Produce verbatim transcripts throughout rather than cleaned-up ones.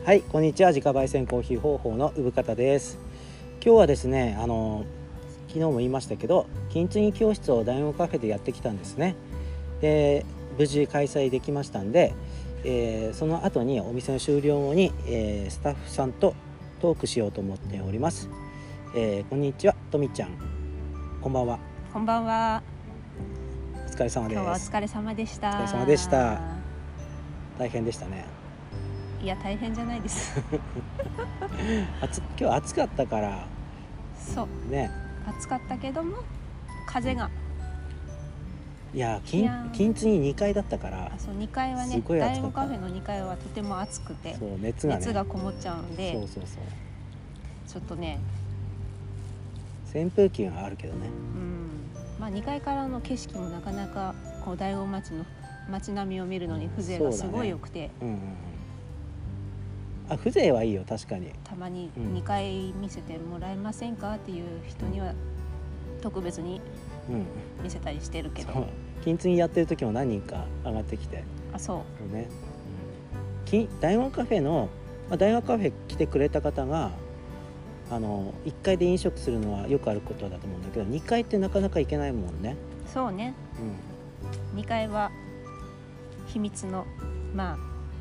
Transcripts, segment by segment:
はい、こんにちは。自家焙煎コーヒー方法の産方です。今日はですね、あの昨日も言いましたけど、金継ぎ教室を大悟カフェでやってきたんですね。で、無事開催できましたんで、えー、その後にお店の終了後に、えー、スタッフさんとトークしようと思っております。えー、こんにちは、とみちゃん。こんばんは。 こんばんは。 お疲れ様です。 今日はお疲れ様でした。 お疲れ様でした。大変でしたね。 いや、大変じゃないです暑今日暑かったからそうね。 暑かったけども風がいや金金継ぎにかいだったから。 あそうにかいはね、大悟カフェのにかいはとても暑くて、 そう熱がね、 熱がこもっちゃうので、 そうそうそう、 ちょっとね、 扇風機があるけどね、 うん、まあにかいからの景色もなかなかこう大悟町の街並みを見るのに風情がすごい良くて、 うんうんうん、あ、風情はいいよ、確かに。 たまににかい見せてもらえませんかっていう人には特別に見せたりしてるけど、 うん、金継ぎやってる時も何人か上がってきて、 あ、そうそうね、うん、大悟カフェの、まあ、大悟カフェ来てくれた方があのいっかいで飲食するのはよくあることだと思うんだけど、にかいってなかなか行けないもんね。 そうね、うん、にかいは秘密の、まあ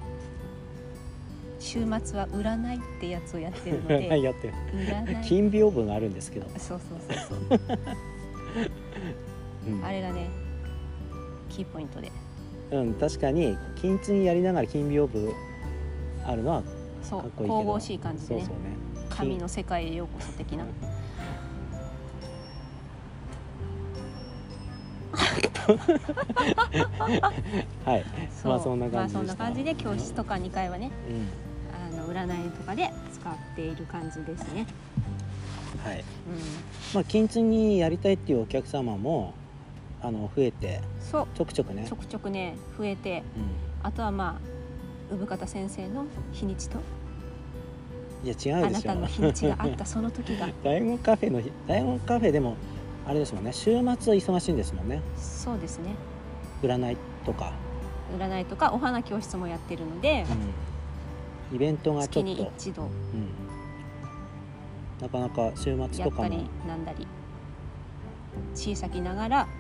週末は占いってやつをやってるので占いやってる、 占い金屏風があるんですけど、 そうそうそうそう、うん、あれがねキーポイントで、 うん、確かに金継ぎやりながら金屏風あるのはかっこいいけど、 神々しい感じでね、 そうそうね、 神の世界へようこそ的なはい、まあそんな感じでした。 まあそんな感じで教室とかにかいはね、うん、あの占いとかで使っている感じですね。 はい、うん、まあ金継ぎやりたいっていうお客様もあの増えて、そうちょくちょくねちょくちょくね増えて、うん、あとはまあ産方先生の日にちと、 いや違うでしょ、 あなたの日にちがあったその時が大悟カフェの大悟カフェでもあれですもんね、週末は忙しいんですもんね。そうですね、占いとか占いとかお花教室もやってるので、 うん、イベントがちょっと月に一度、うん、 なかなか週末とかもやったりなんだり小さきながら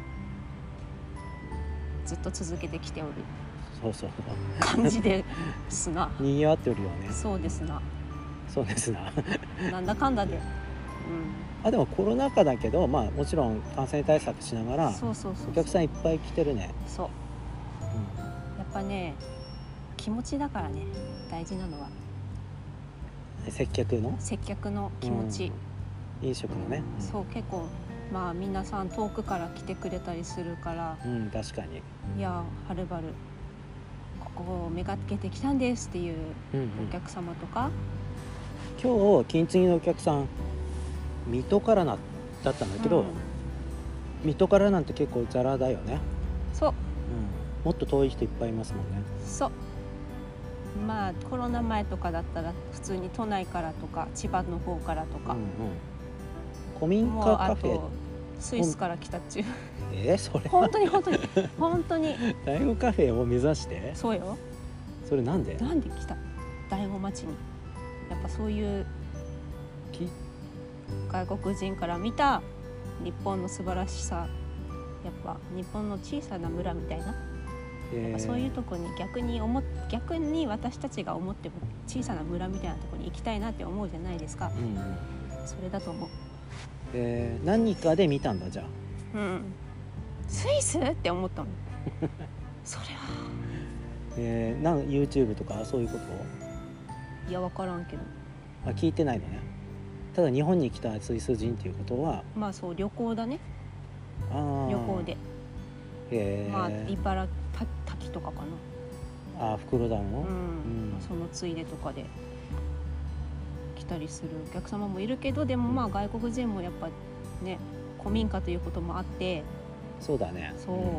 ずっと続けてきておる、 そうそう感じですなにぎわっておるよね。 そうですなそうですななんだかんだで、うん、 あでもコロナ禍だけど、まあもちろん感染対策しながらそうそうそうそう、 お客さんいっぱい来てるね。 そう、うん、やっぱね気持ちだからね、大事なのは接客の接客の気持ち、 うん、飲食のね、 うん、そう結構まあ皆さん遠くから来てくれたりするから、 うん、確かに、 いやはるばるここをめがけてきたんですっていうお客様とか、 うんうん、今日金継ぎのお客さん水戸からなだったんだけど、うん、水戸からなんて結構ザラだよね。 そう、うん、 もっと遠い人いっぱいいますもんね。 そう、まあコロナ前とかだったら普通に都内からとか千葉の方からとか、うんうん、 古民家カフェ、 スイスから来たっちゅうえー、それ本当に本当に本当に大悟カフェを目指して？そうよ。 それなんで？ なんで来た？大悟町にやっぱそういう外国人から見た日本の素晴らしさ、やっぱ日本の小さな村みたいな、えー、やっぱそういうとこに逆に思逆に私たちが思っても小さな村みたいなとこに行きたいなって思うじゃないですか、うんうん、それだと思う。 えー、何かで見たんだじゃあ、 うん、スイスって思ったのそれは、 えー、なん YouTube とかそういうこと？ いや分からんけど、 あ、聞いてないのね。ただ日本に来たスイス人っていうことは、 まあそう旅行だね。 あ、 旅行で、 へー、 まあ茨滝とかかな。あ、袋田の、うんうん、 そのついでとかで来たりするお客様もいるけど、でもまあ外国人もやっぱね古民家ということもあって、 そうだね、 そう、うん、あ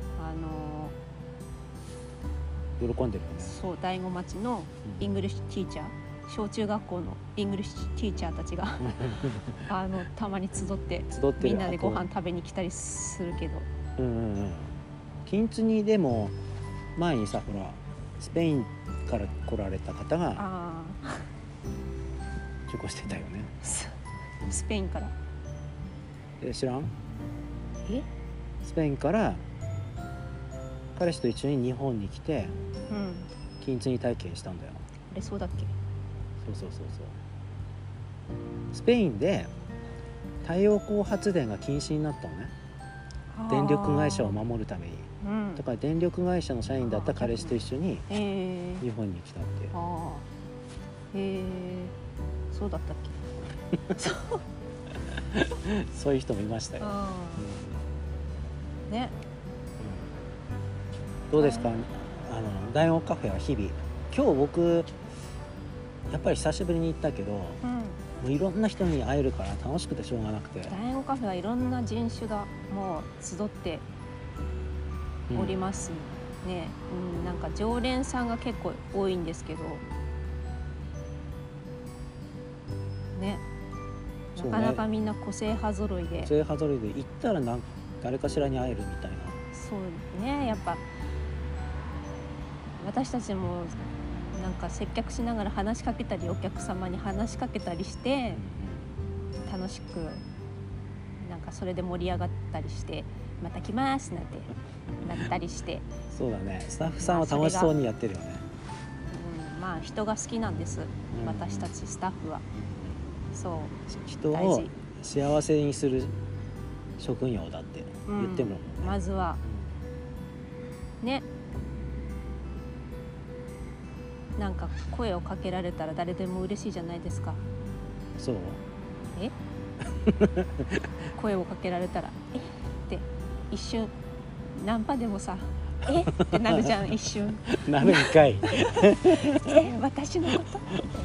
の喜んでるよね。 そう大子町のイングリッシュティーチャー、小中学校のイングリッシュティーチャーたちがあのたまに集って集ってみんなでご飯食べに来たりするけど、うんうんうん、 金継ぎでも前にさ、ほらスペインかから来られた方があ受講してたよね。 ススペインから。 え知らん？ えスペインから彼氏と一緒に日本に来てうん金継ぎ体験したんだよ。 あれそうだっけ。 そうそうそうそう。スペインで太陽光発電が禁止になったのね。電力会社を守るために。 うん、 だから電力会社の社員だった彼氏と一緒にえー、 日本に来たっていう。 ああへえそうだったっけ。そうそういう人もいましたよ。 あーねどうですか、あの大王カフェは日々。今日僕やっぱり久しぶりに行ったけど、もうんういろんな人に会えるから楽しくてしょうがなくて、 大王カフェはいろんな人種がもう集っておりますね、うんうん、なんか常連さんが結構多いんですけどね、 そうね、 なかなかみんな個性派揃いで、 個性派揃いで行ったらなん誰かしらに会えるみたいな。 そうね、やっぱ私たちもなんか接客しながら話しかけたりお客様に話しかけたりして楽しくなんかそれで盛り上がったりしてまた来ますなんてなったりしてそうだね、スタッフさんは楽しそうにやってるよね。 うん、まあ人が好きなんです、 うん、 私たちスタッフは。そう人を幸せにする職業だって言っても、ね、 うん、まずはね、なんか声をかけられたら誰でも嬉しいじゃないですか。 そうえ声をかけられたらえって一瞬ナンパでもさえってなるじゃん一瞬なるんかいえ私のこと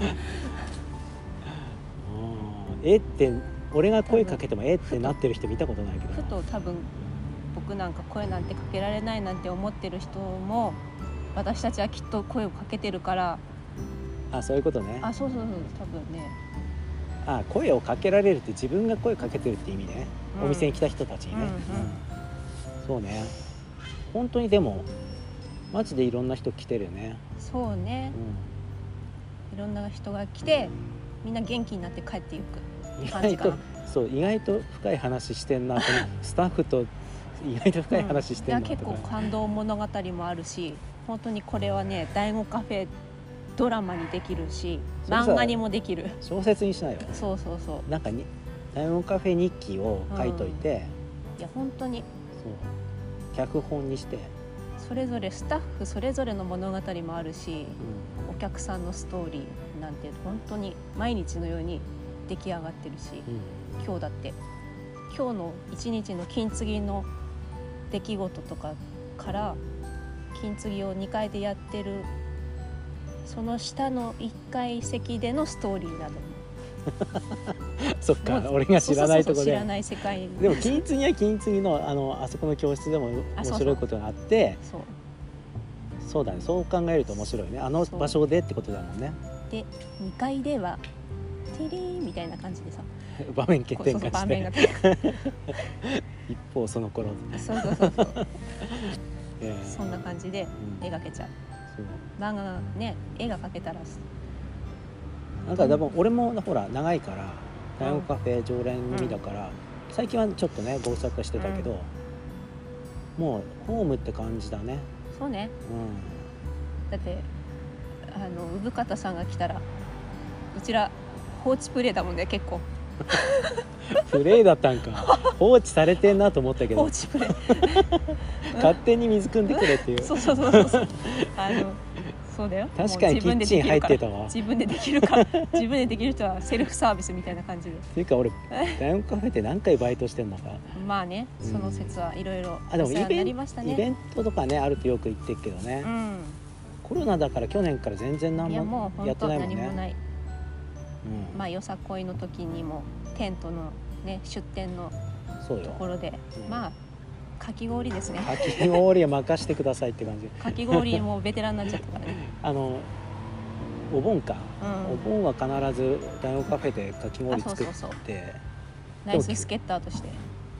えって俺が声かけてもえってなってる人見たことないけど、 ふと多分僕なんか声なんてかけられないなんて思ってる人も私たちはきっと声をかけてるから。 あ、そういうことね。 あ、そうそうそう、多分ね。 あ、声をかけられるって自分が声かけてるって意味ね、うん、お店に来た人たちにね、うんうんうん、そうね。本当にでもマジでいろんな人来てるよね。 そうね、うん、いろんな人が来てみんな元気になって帰っていくって感じかな。 そう、意外と深い話してんなこのスタッフと意外と深い話してんな、うん、 いや結構感動物語もあるし、本当にこれはね大悟カフェドラマにできるし漫画にもできる。 小説にしないよ。 そうそうそう、 なんかに大悟カフェ日記を書いといて、 うん、いや本当にそう脚本にしてそれぞれスタッフそれぞれの物語もあるし、うん、お客さんのストーリーなんて本当に毎日のように出来上がってるし、うん、今日だって今日の一日の金継ぎの出来事とかから金継ぎをにかいでやってるその下のいっかい席でのストーリーなどそっか、俺が知らないところで知らない世界でも金継ぎは金継ぎの あのあそこの教室でも面白いことがあって、 そうそうだね、そう考えると面白いね、あの場所でってことだもんね。 でにかいではテレーみたいな感じでさ場面決定化して場面が一方その頃そうそうそうそう、 えー、 そんな感じで描けちゃう、うん、漫画がね絵が描けたらなんか多分俺もほら長いから大悟カフェ常連組だから、うん、最近はちょっとねご無沙汰してたけど、うん、もうホームって感じだね。 そうね、うん、だってあの産方さんが来たらうちら放置プレイだもんね結構プレイだったんか放置されてんなと思ったけど放置プレイ勝手に水汲んでくれっていうそうそうそうそうあのそうだよ、 確かにキッチン入ってたわ。 自分でできるから自分でできる人はセルフサービスみたいな感じでっていうか俺大悟カフェって何回バイトしてんのかまあね、その説はいろいろお世話になりましたね。イベントとかねあるとよく行ってるけどね、うん、コロナだから去年から全然何もやってないもんね。いやもう本当何もない、うん、まあよさこいの時にもテントのね出店のところで、うん、まあかき氷ですね。 かき氷は任してくださいって感じ。 かき氷もうベテランになっちゃったからね。 あのお盆か、うん、お盆は必ず大悟カフェでかき氷作って、 ナイススケッターとして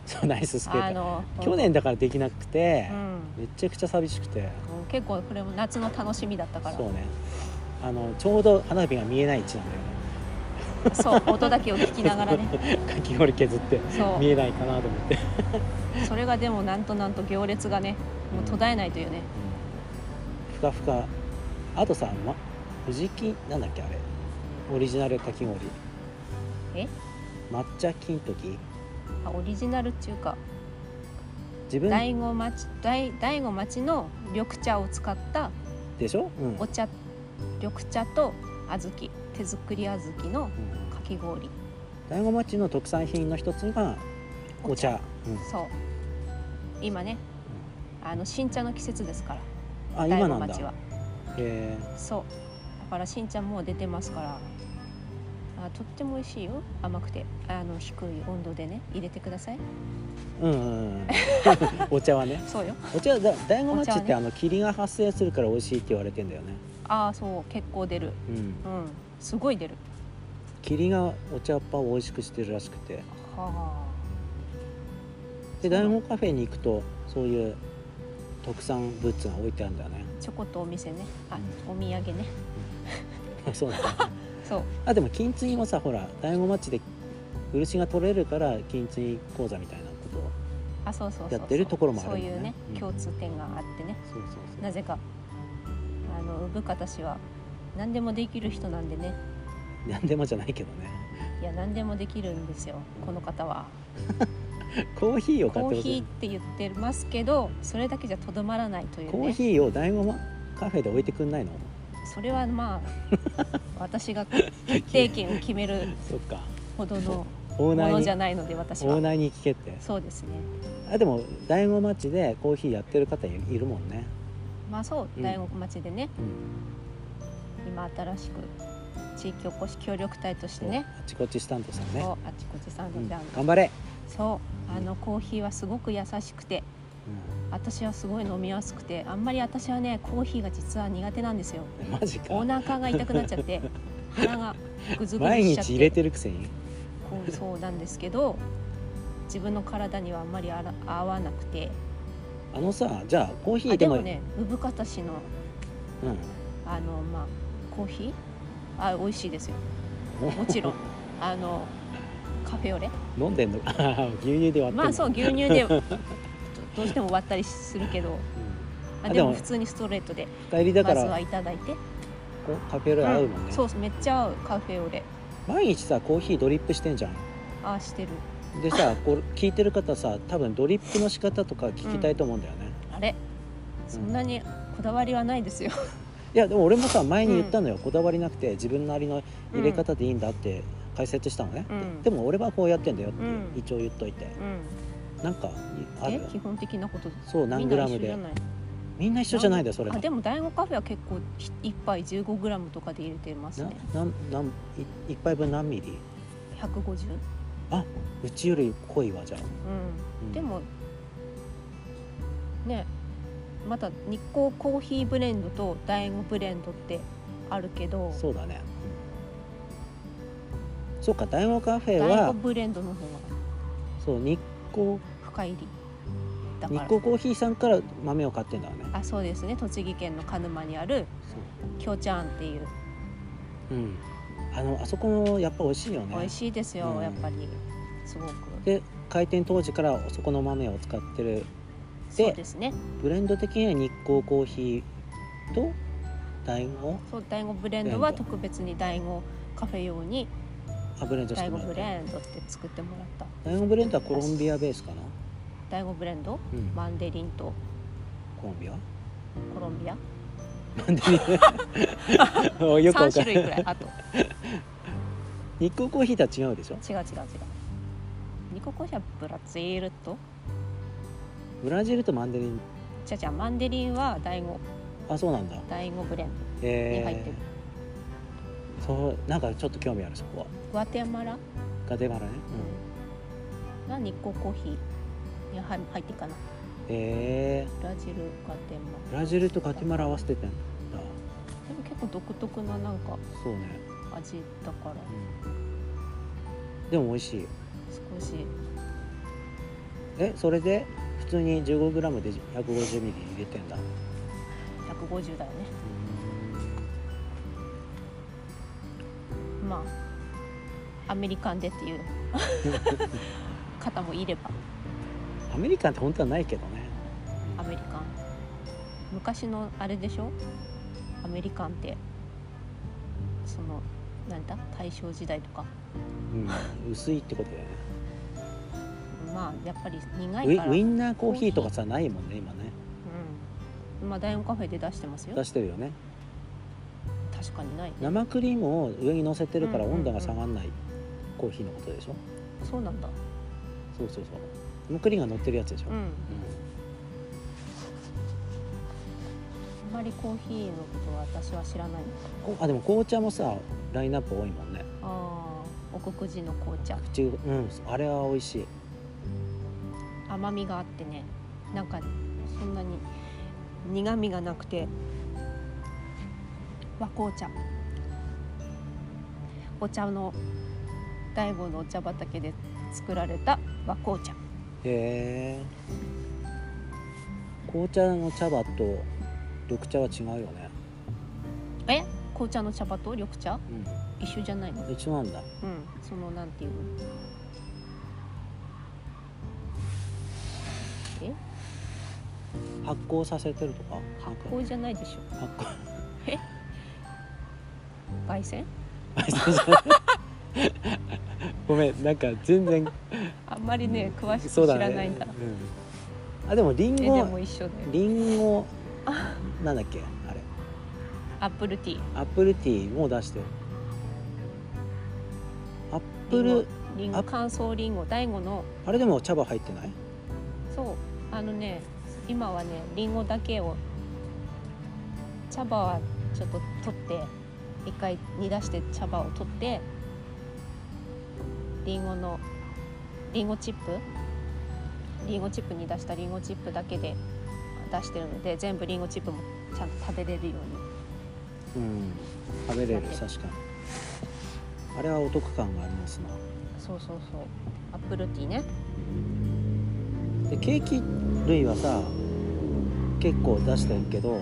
そうナイススケーターあの去年だからできなくて、 うん、 めちゃくちゃ寂しくて、 もう結構これも夏の楽しみだったから。 そうね、あのちょうど花火が見えない位置なんだよね。 そう音だけを聞きながらねかき氷削ってそう見えないかなと思って、 それがでもなんとなんと行列がねもう途絶えないというね、 うん、ふかふか。あとさ、ま、藤木なんだっけあれオリジナルかき氷、 え抹茶金時、 あオリジナルっていうか自分醍醐町醍醍醐町の緑茶を使ったでしょ、うん、 お茶、緑茶と小豆、手作り小豆のかき氷、 醍醐町の特産品の一つがお茶、うん、 そう今ね、あの新茶の季節ですからあ今なんだ。 醍醐町はへそうだから新茶もう出てますから、あとっても美味しいよ、甘くてあの低い温度でね入れてください。 うんうんうんお茶はね、 そうよ。 お茶だ醍醐町って、 ね、 あの霧が発生するから美味しいって言われてんだよね。 ああそう結構出る、 うん、 うん、すごい出る。 霧がお茶っ葉を美味しくしてるらしくて、 はあ、 で醍醐カフェに行くとそういう特産物が置いてあるんだよね。 ちょこっとお店ね、あ、 うん、 お土産ね、 うん、そうだねそうあでも金継ぎもさ、ほら醍醐町で漆が取れるから金継ぎ講座みたいなことをあそうそうそうそうやってるところもあるもんね。 そういうね、 うん、 共通点があってね、 そうそうそう、 なぜかあの産方氏は何でもできる人なんでね。 何でもじゃないけどね。 いや何でもできるんですよこの方は。 コーヒーを買ってほしい。 コーヒーって言ってますけどそれだけじゃとどまらないというね。 コーヒーを醍醐カフェで置いてくんないの？ それはまあ私が決定権を決めるそっか、 ほどのオーナーにものじゃないので私は。 オーナーに聞けって。 そうですね。 あでも醍醐町でコーヒーやってる方いるもんね。 まあそううん醍醐町でね、 うん、 今新しく地域おこし協力隊としてね、 あちこちスタンドさんね、 そうあちこちさんうん、 じゃん、 頑張れ、 そうあのコーヒーはすごく優しくてう私はすごい飲みやすくて、あんまり私はねコーヒーが実は苦手なんですよ。 ん、マジか。 お腹が痛くなっちゃって鼻がぐずぐず毎しちゃって日入れてるくせに。 こうそうなんですけど自分の体にはあんまりあら合わなくて、 あのさ、じゃあコーヒーあでもでもね産方市のうんあのまあコーヒーあ美味しいですよもちろんあのカフェオレ飲んでんの牛乳で割ってんの。 まあそう牛乳でどどうしても割ったりするけど、 うん、 あであでもも普通にストレートで二人だかまずはらいただいて、 こうカフェオレ合うもんね、 うん、そうめっちゃ合うカフェオレ。 毎日さコーヒードリップしてんじゃん。 ああしてる。 でさこう聞いてる方さ多分ドリップの仕方とか聞きたいと思うんだよね、 あれそんなにこだわりはないですよいやでも俺もさ前に言ったのよ、こだわりなくて自分なりの入れ方でいいんだって解説したのね、 うんでも俺はこうやってんだよってうん一応言っといて、 うんなんかある？ え基本的なことそう何グラムでみんな一緒じゃないんだよそれが。 あでも醍醐カフェは結構いっぱいじゅうごグラムとかで入れてますね。 ななんなんい一杯分何ミリ？ ひゃくごじゅう。 あうちより濃いわじゃあ、 うん、 うんでもねまた日光コーヒーブレンドと醍醐ブレンドってあるけど、 そうだね、うん、そうか醍醐カフェ醍醐はブレンドの方がそう日光深入りだから。 日光コーヒーさんから豆を買ってんだね。 あそうですね、栃木県の鹿沼にあるそうきょうちゃんっていう、 うん、あのあそこもやっぱ美味しいよね。 美味しいですよ、 うんやっぱりすごく。 で開店当時からそこの豆を使ってる。 そうですね、 ブレンド的には日光コーヒーと醍醐そう醍醐ブレンドは特別に醍醐カフェ用にあブレンドして醍醐ブもらった。 レンドって作ってもらった醍醐ブレンドはコロンビアベースかな。 醍醐ブレンド、 うんマンデリンとコロンビアコロンビアマンデリンよくわかんさん種類くらいあと日光コーヒーとは違うでしょ。 違う違う違うニココシャブラジルとブラジルとマンデリン。 じゃじゃマンデリンは醍醐あそうなんだ。 醍醐ブレンドえに入ってる、 ー、そうなんかちょっと興味あるそこは。 グアテマラガテマラね、 が日光コーヒーに入ってるかな。 うん、えブラジルガテマー、ブラジルとガテマラ合わせてたんだ。 でも結構独特ななんかそうね、 味だからうん、でも美味しい。 少しえそれで普通に じゅうごグラム で ひゃくごじゅうミリ 入れてんだ。 ひゃくごじゅうだよね。まあアメリカンでっていう方もいれば。 アメリカンって本当はないけどね。 アメリカン昔のあれでしょ。アメリカンってそのなんだ大正時代とか、 うん、薄いってことだよね。 まあやっぱり苦ウいからィウインナーコーヒーとかさないもんね今ね。 うんまあダイオンカフェで出してますよ。 出してるよね。 確かにないね。 生クリームを上に乗せてるからうんうんうん温度が下がらないコーヒーのことでしょ。 そうなんだ。 そうそうそう生クリームが乗ってるやつでしょ。 うん、あんまりコーヒーのことは私は知らない。 うん、あでも紅茶もさラインナップ多いもんね。 ああ奥久慈の紅茶口うんあれは美味しい。 甘みがあってね、なんかそんなに苦みがなくて和紅茶お茶の醍醐のお茶畑で作られた和紅茶。 へえ紅茶の茶葉と緑茶は違うよね。 え紅茶の茶葉と緑茶う一緒じゃないの？ ん一緒なんだ。 うんそのなんていうのえ発酵させてるとか発酵じゃないでしょ。 発酵え焙煎ごめんなんか全然あんまりね詳しく知そうだねらないんだ。 うん、あでもリンえでゴも一緒だよ。 リンゴなんだっけあれアップルティーアップルティーも出してる。アップルリンゴ乾燥リンゴ醍醐のあれでも茶葉入ってない？ そうあのね今はねリンゴだけを茶葉はちょっと取って一回煮出して茶葉を取ってリンゴのリンゴチップリンゴチップに出したリンゴチップだけで出してるので全部リンゴチップもちゃんと食べれるように。 うん食べれる確かにあれはお得感がありますな。 そうそうそうアップルティーね。 でケーキ類はさ結構出してるけど、 うん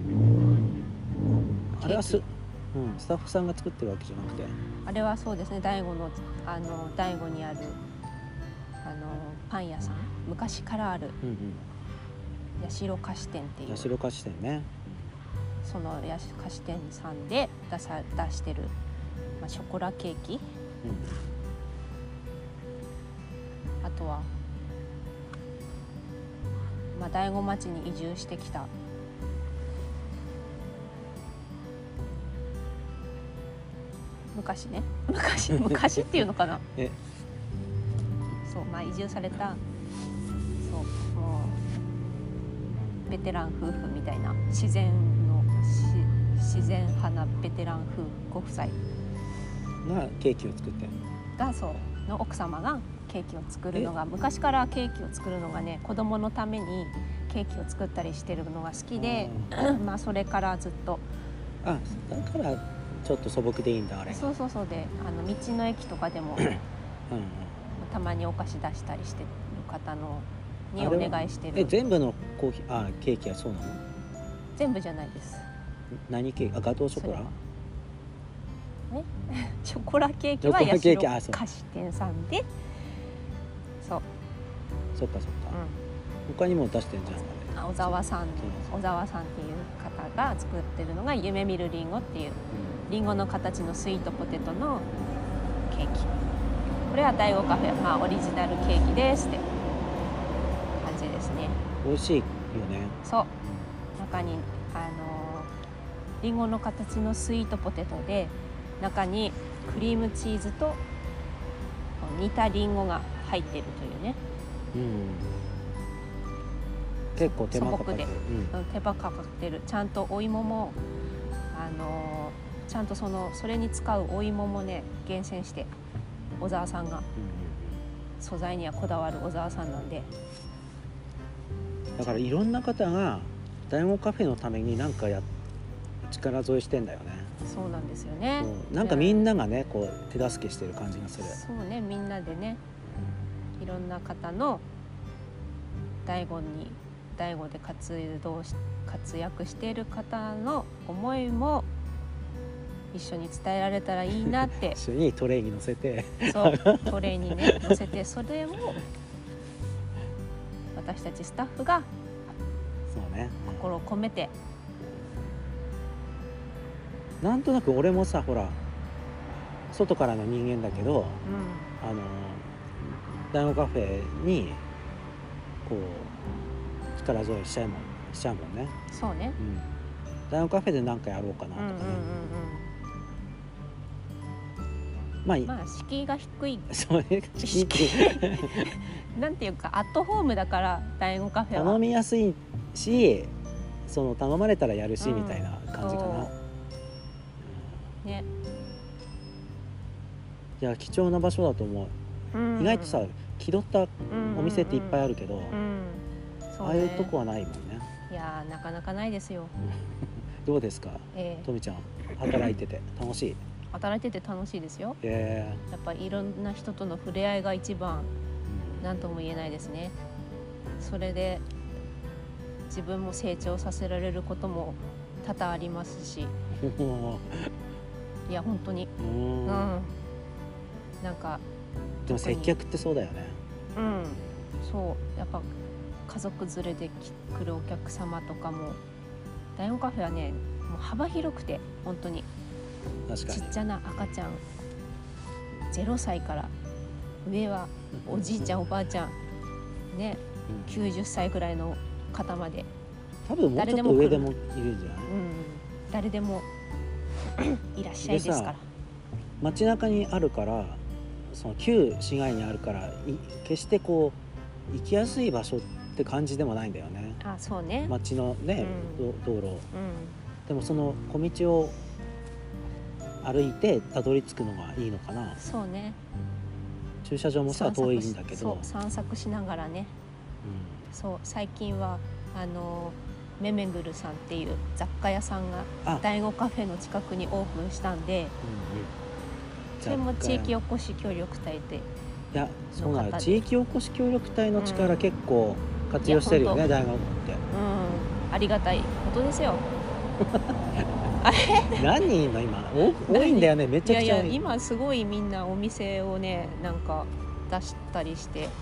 あれはす、 ケうん、スタッフさんが作ってるわけじゃなくてあれはそうですね醍醐のあの醍醐にあるあのパン屋さん昔からあるうん八代菓子店っていううん八代菓子店ね。 その菓子店さんで出さ出してる、まあ、ショコラケーキあとは、まあ、醍醐町に移住してきた昔ね昔昔っていうのかなえそうまあ移住されたそうもうベテラン夫婦みたいな自然のし自然派なベテラン夫婦ご夫妻がケーキを作ってる。 がそうの奥様がケーキを作るのが昔からケーキを作るのがね子供のためにケーキを作ったりしてるのが好きでまあそれからずっとあだからちょっと素朴でいいんだあれ。 そうそうそうであの道の駅とかでもうんうんたまにお菓子出したりしてる方のにおあれは願いしてる。 え全部のコーヒーあケーキはそうなの？ 全部じゃないです。 何ケーキあガトーショコラそれはえショコラケーキはショコラ八代ケーキあそう菓子店さんでそう、 そっかそっか、 う他にも出してんじゃんあれ。 ん、小沢さんそう小沢さんっていう方が作ってるのが夢見るりんごっていうりんごの形のスイートポテトのケーキ。これは醍醐カフェ、まあ、オリジナルケーキですって感じですね。 美味しいよね。 そう中にあのりんごの形のスイートポテトで中にクリームチーズと煮たりんごが入ってるというね。 うん結構手間かかってる。 素朴で手間かかってる。ちゃんとお芋もあのちゃんとそのそれに使うお芋もね厳選して小沢さんが素材にはこだわる小沢さんなんで。 うん、だからいろんな方が醍醐カフェのために何かや力添えしてんだよね。 そうなんですよね。 そうなんかみんながねこう手助けしてる感じがする。 そうねみんなでねいろんな方の大悟に大悟で活動し活躍している方の思いも一緒に伝えられたらいいなって一緒にトレイに乗せてそうトレイにね乗せて、それを私たちスタッフがそうね、 心を込めて、 なんとなく俺もさほら外からの人間だけど、 うん、 あの大悟カフェにこう力添えしちゃうもんしちゃうもんね。 そうね、 うん、大悟カフェで何かやろうかなとかね、 うんうんうんうん、 まあ、 まあ敷居が低いそれが敷居なんていうかアットホームだから大悟カフェは頼みやすいし、その頼まれたらやるし、うん、みたいな感じかな、 うん、ね。 いや貴重な場所だと思う、うん、意外とさ気取ったお店っていっぱいあるけど、うんうんうん、そうね、ああいうとこはないもんね。 いやなかなかないですよどうですか、 えー、 とみちゃん働いてて楽しい？ 働いてて楽しいですよ、 えー、 やっぱりいろんな人との触れ合いが一番何とも言えないですね。それで自分も成長させられることも多々ありますしいや本当にうん、なんかでも接客ってそうだよね。 うん、そうやっぱ家族連れで来るお客様とかも大悟カフェはねもう幅広くて本当に確かにちっちゃな赤ちゃんゼロさいから上はおじいちゃんおばあちゃんね、うん、きゅうじゅっさいくらいの方まで多分もうちょっと上でもいるんじゃない？ うん、誰でもいらっしゃいですから。 街中にあるからその旧市街にあるから決してこう行きやすい場所って感じでもないんだよね。 あ、そうね。 街のね、うん、道路、うん、でもその小道を歩いてたどり着くのがいいのかな。 そうね。 駐車場もさ遠いんだけど、 そう散策しながらね、うん、そう最近はあのめめぐるさんっていう雑貨屋さんが大悟カフェの近くにオープンしたんで、うんうん、それも地域おこし協力隊で、いやそうなの、地域おこし協力隊の力結構活用してるよね、大学って。 うん、ありがたいことですよあれ何人いんの今？多いんだよね、めちゃくちゃ多い。 いやいや今すごいみんなお店をねなんか出したりして、もう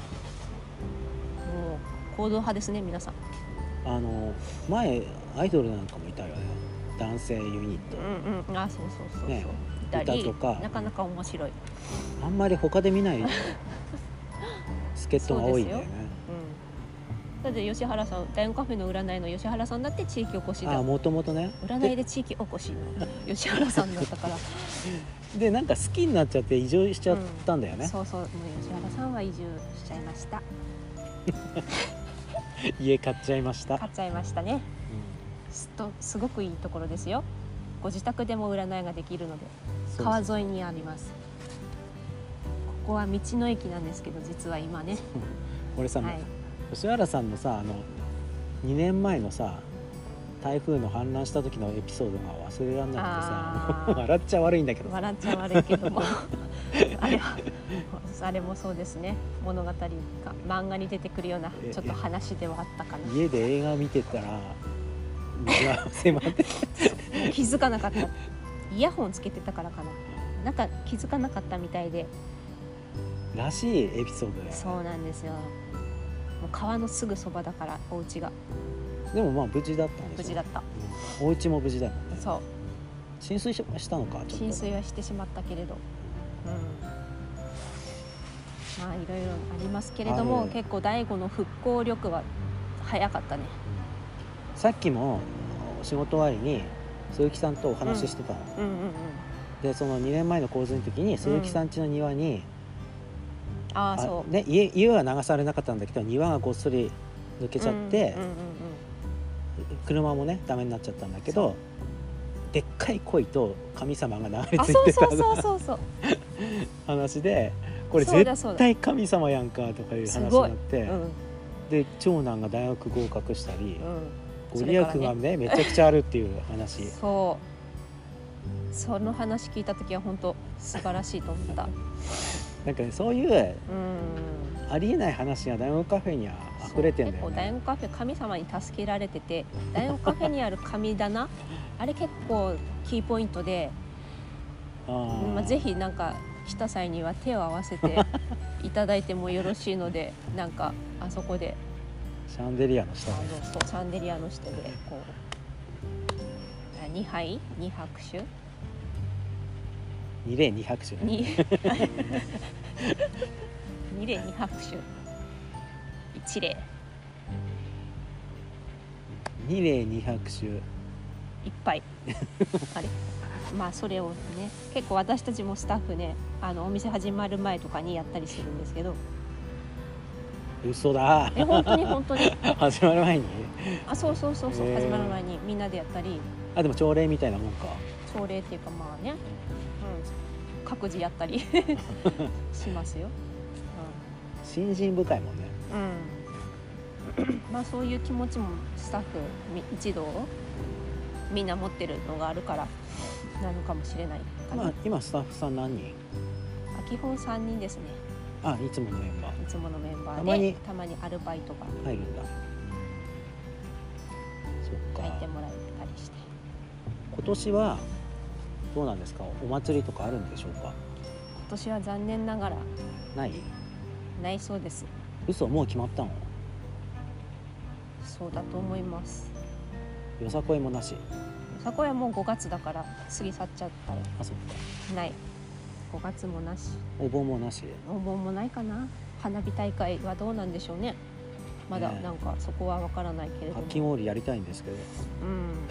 行動派ですね皆さん。 あの前アイドルなんかもいたよね、男性ユニット。 うんうん、あそうそうそうそう、ね、いたり、 歌とかなかなか面白い。 あんまり他で見ない助っ人が多いんだよね。 だって吉原さん、大悟カフェの占いの吉原さんだって地域おこしだ。 あ、もともとね。 占いで地域おこしの吉原さんだったから。 でなんか好きになっちゃって移住しちゃったんだよね。 うん、そうそう、もう吉原さんは移住しちゃいました。 家買っちゃいました。 買っちゃいましたね。うん、すとすごくいいところですよ。ご自宅でも占いができるので、川沿いにあります。ここは道の駅なんですけど、実は今ね。 俺さ、はい、吉原さんのさ、あのにねんまえのさ台風の氾濫した時のエピソードが忘れられなくてさ笑っちゃ悪いんだけど笑っちゃ悪いけどもあれはあれもそうですね、物語が漫画に出てくるようなちょっと話ではあったかな。 家で映画見てたら水は迫って気づかなかった、イヤホンつけてたからかな、なんか気づかなかったみたいでらしいエピソードだよね。 そうなんですよ。もう川のすぐそばだからお家が。でもまあ無事だったんでしょ。 無事だった、 うん、お家も無事だもんね。 そう、 浸水したのかちょっと。 浸水はしてしまったけれど、うん、まあいろいろありますけれども、結構大悟の復興力は早かったね、 うん、さっきも仕事終わりに鈴木さんとお話ししてたの、うんうんうんうん、でそのにねんまえの洪水の時に鈴木さん家の庭に、うん、 ああそう、 ね、家, 家は流されなかったんだけど庭がごっそり抜けちゃって、うんうんうんうん、車もねダメになっちゃったんだけど、でっかい鯉と神様が流れ着いてた話で、これ絶対神様やんかとかいう話になって、うん、で長男が大学合格したり、うん、ご利益が ね, ねめちゃくちゃあるっていう話そうその話聞いた時は本当素晴らしいと思ったなんかね、そういう、うん、 ありえない話が大学カフェには溢れてんだよね。 結構大学カフェ神様に助けられてて、大学カフェにある神棚あれ結構キーポイントで、 あ、 まあ、ぜひなんか来た際には手を合わせていただいてもよろしいので、なんかあそこでシャンデリアの下あでのそうシャンデリアの下でこうにはいに拍手二礼二拍手ね。 に二礼二拍手一礼二礼二拍手いっぱいあれまあそれをね結構私たちもスタッフねあのお店始まる前とかにやったりするんですけど、 嘘だ。 え本当に本当に始まる前に。 あそうそうそうそう、 へー始まる前にみんなでやったり、 あ、でも朝礼みたいなもんか。 朝礼っていうかまあね、うん、各自やったりしますよ、 信心深いもんね。 うんうん、まあそういう気持ちもスタッフみ一同みんな持ってるのがあるからなのかもしれないかな、 まあ今スタッフさん何人？ あ基本さんにんですね。 あ、いつものメンバーいつものメンバーでたまにたまにアルバイトが入るんだ。そっか入って。もらえたりして、 今年はどうなんですか？お祭りとかあるんでしょうか？ 今年は残念ながらない？ ないそうです。 嘘、もう決まったの？ そうだと思います。 よさこいもなし？ よさこいはもうごがつだから過ぎ去っちゃったらあ、そっか。 ない。ごがつもなし、 お盆もなし？ お盆もないかな。花火大会はどうなんでしょうね。まだねえなんかそこはわからないけれどかも、 き氷やりたいんですけど。 うん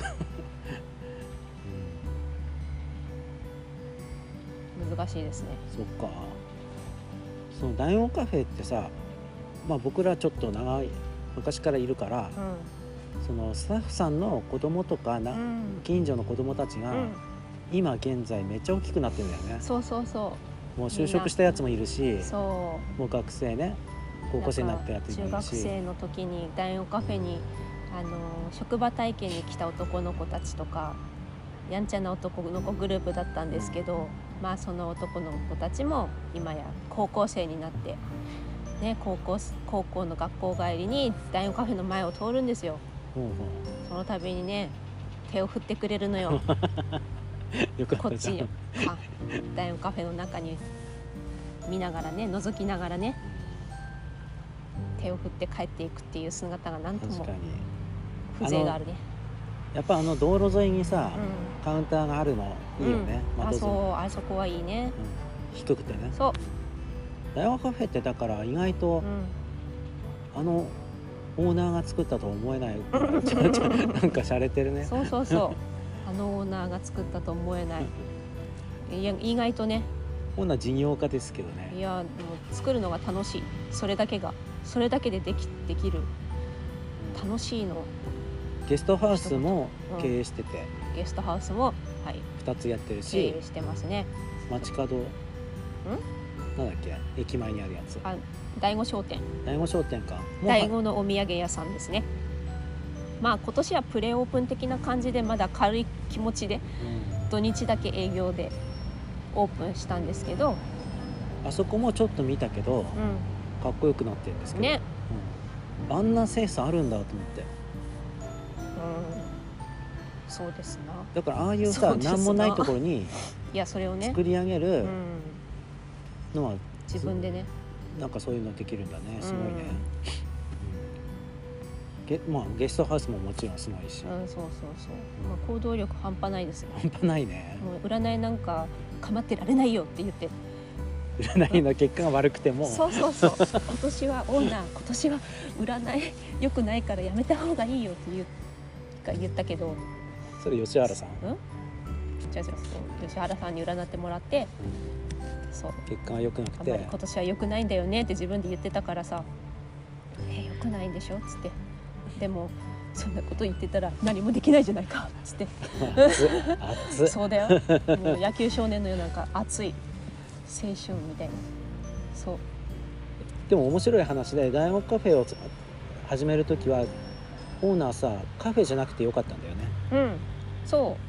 難しいですね。 そっか。その大王カフェってさ、まあ僕らちょっと長い昔からいるから、そのスタッフさんの子供とかな、 うん、うん近所の子供たちが、 うん、 今現在めっちゃ大きくなってるんだよね。 そうそうそもう就職したやつもいるしう、そうもう学生ね、高校生になったやつもい中学るし。 生の時に大王カフェにあの職場体験に来た男の子たちとかやんちゃな男の子グループだったんですけど、まあその男の子たちも今や高校生になって、ね、高校高校の学校帰りに大王カフェの前を通るんですよ。 ほうほその度にね手を振ってくれるのようよかこったじゃん。 っちにか大王カフェの中に見ながらね覗きながらね手を振って帰っていくっていう姿がなんとも確かに。 風情があるね。 やっぱあの道路沿いにさ、 うんカウンターがあるのいいよね。 うん、あ窓沿いそうあそこはいいね。 うん、低くてね。 そう、 大和カフェってだから意外と、 うん、 あのオーナーが作ったとは思えないちょちょなんか洒落てるね。 そうそうそうあのオーナーが作ったと思えない。いや意外とね、 オーナー事業家ですけどね。 いやもう作るのが楽しい。それだけがそれだけでできできる楽しいの。 ゲストハウスも経営してて、 ゲストハウスもはいふたつやってる経し、 営してますね。 街角なんだっけ、駅前にあるやつ、 あ第五商店、 第五商店か。もう第五のお土産屋さんですね。まあ今年はプレオープン的な感じでまだ軽い気持ちでうん土日だけ営業でオープンしたんですけど、 あそこもちょっと見たけど、 うかっこよくなってるんですけど、 んね、 うんあんなセンスあるんだと思って。 うん、そうですな。 だからああいうさ、 そうですななんもないところにいやそれをね、 作り上げるうん、 のは、 自分でね、 なんかそういうのできるんだね。すごいね。 うんゲまあ、ゲストハウスももちろんすごいし、 うん、そうそうそう、まあ、行動力半端ないですよ。 半端ないね。 もう占いなんか構ってられないよって言って、 占いの結果が悪くても、 そうそうそう今年はオーナー今年は占い良くないからやめた方がいいよって言うか言ったけど、 それ吉原さん、 うんじゃあじゃあそう吉原さんに占ってもらって、そう結果が良くなくあんまりて、 今年は良くないんだよねって自分で言ってたからさ、え良くないんでしょっつって、でもそんなこと言ってたら何もできないじゃないかっつって熱い熱い。 そうだよもう野球少年のようなんか熱い青春みたいな。そうでも面白い話で、大学カフェを始めるときはオーナーさ、カフェじゃなくてよかったんだよね。 うん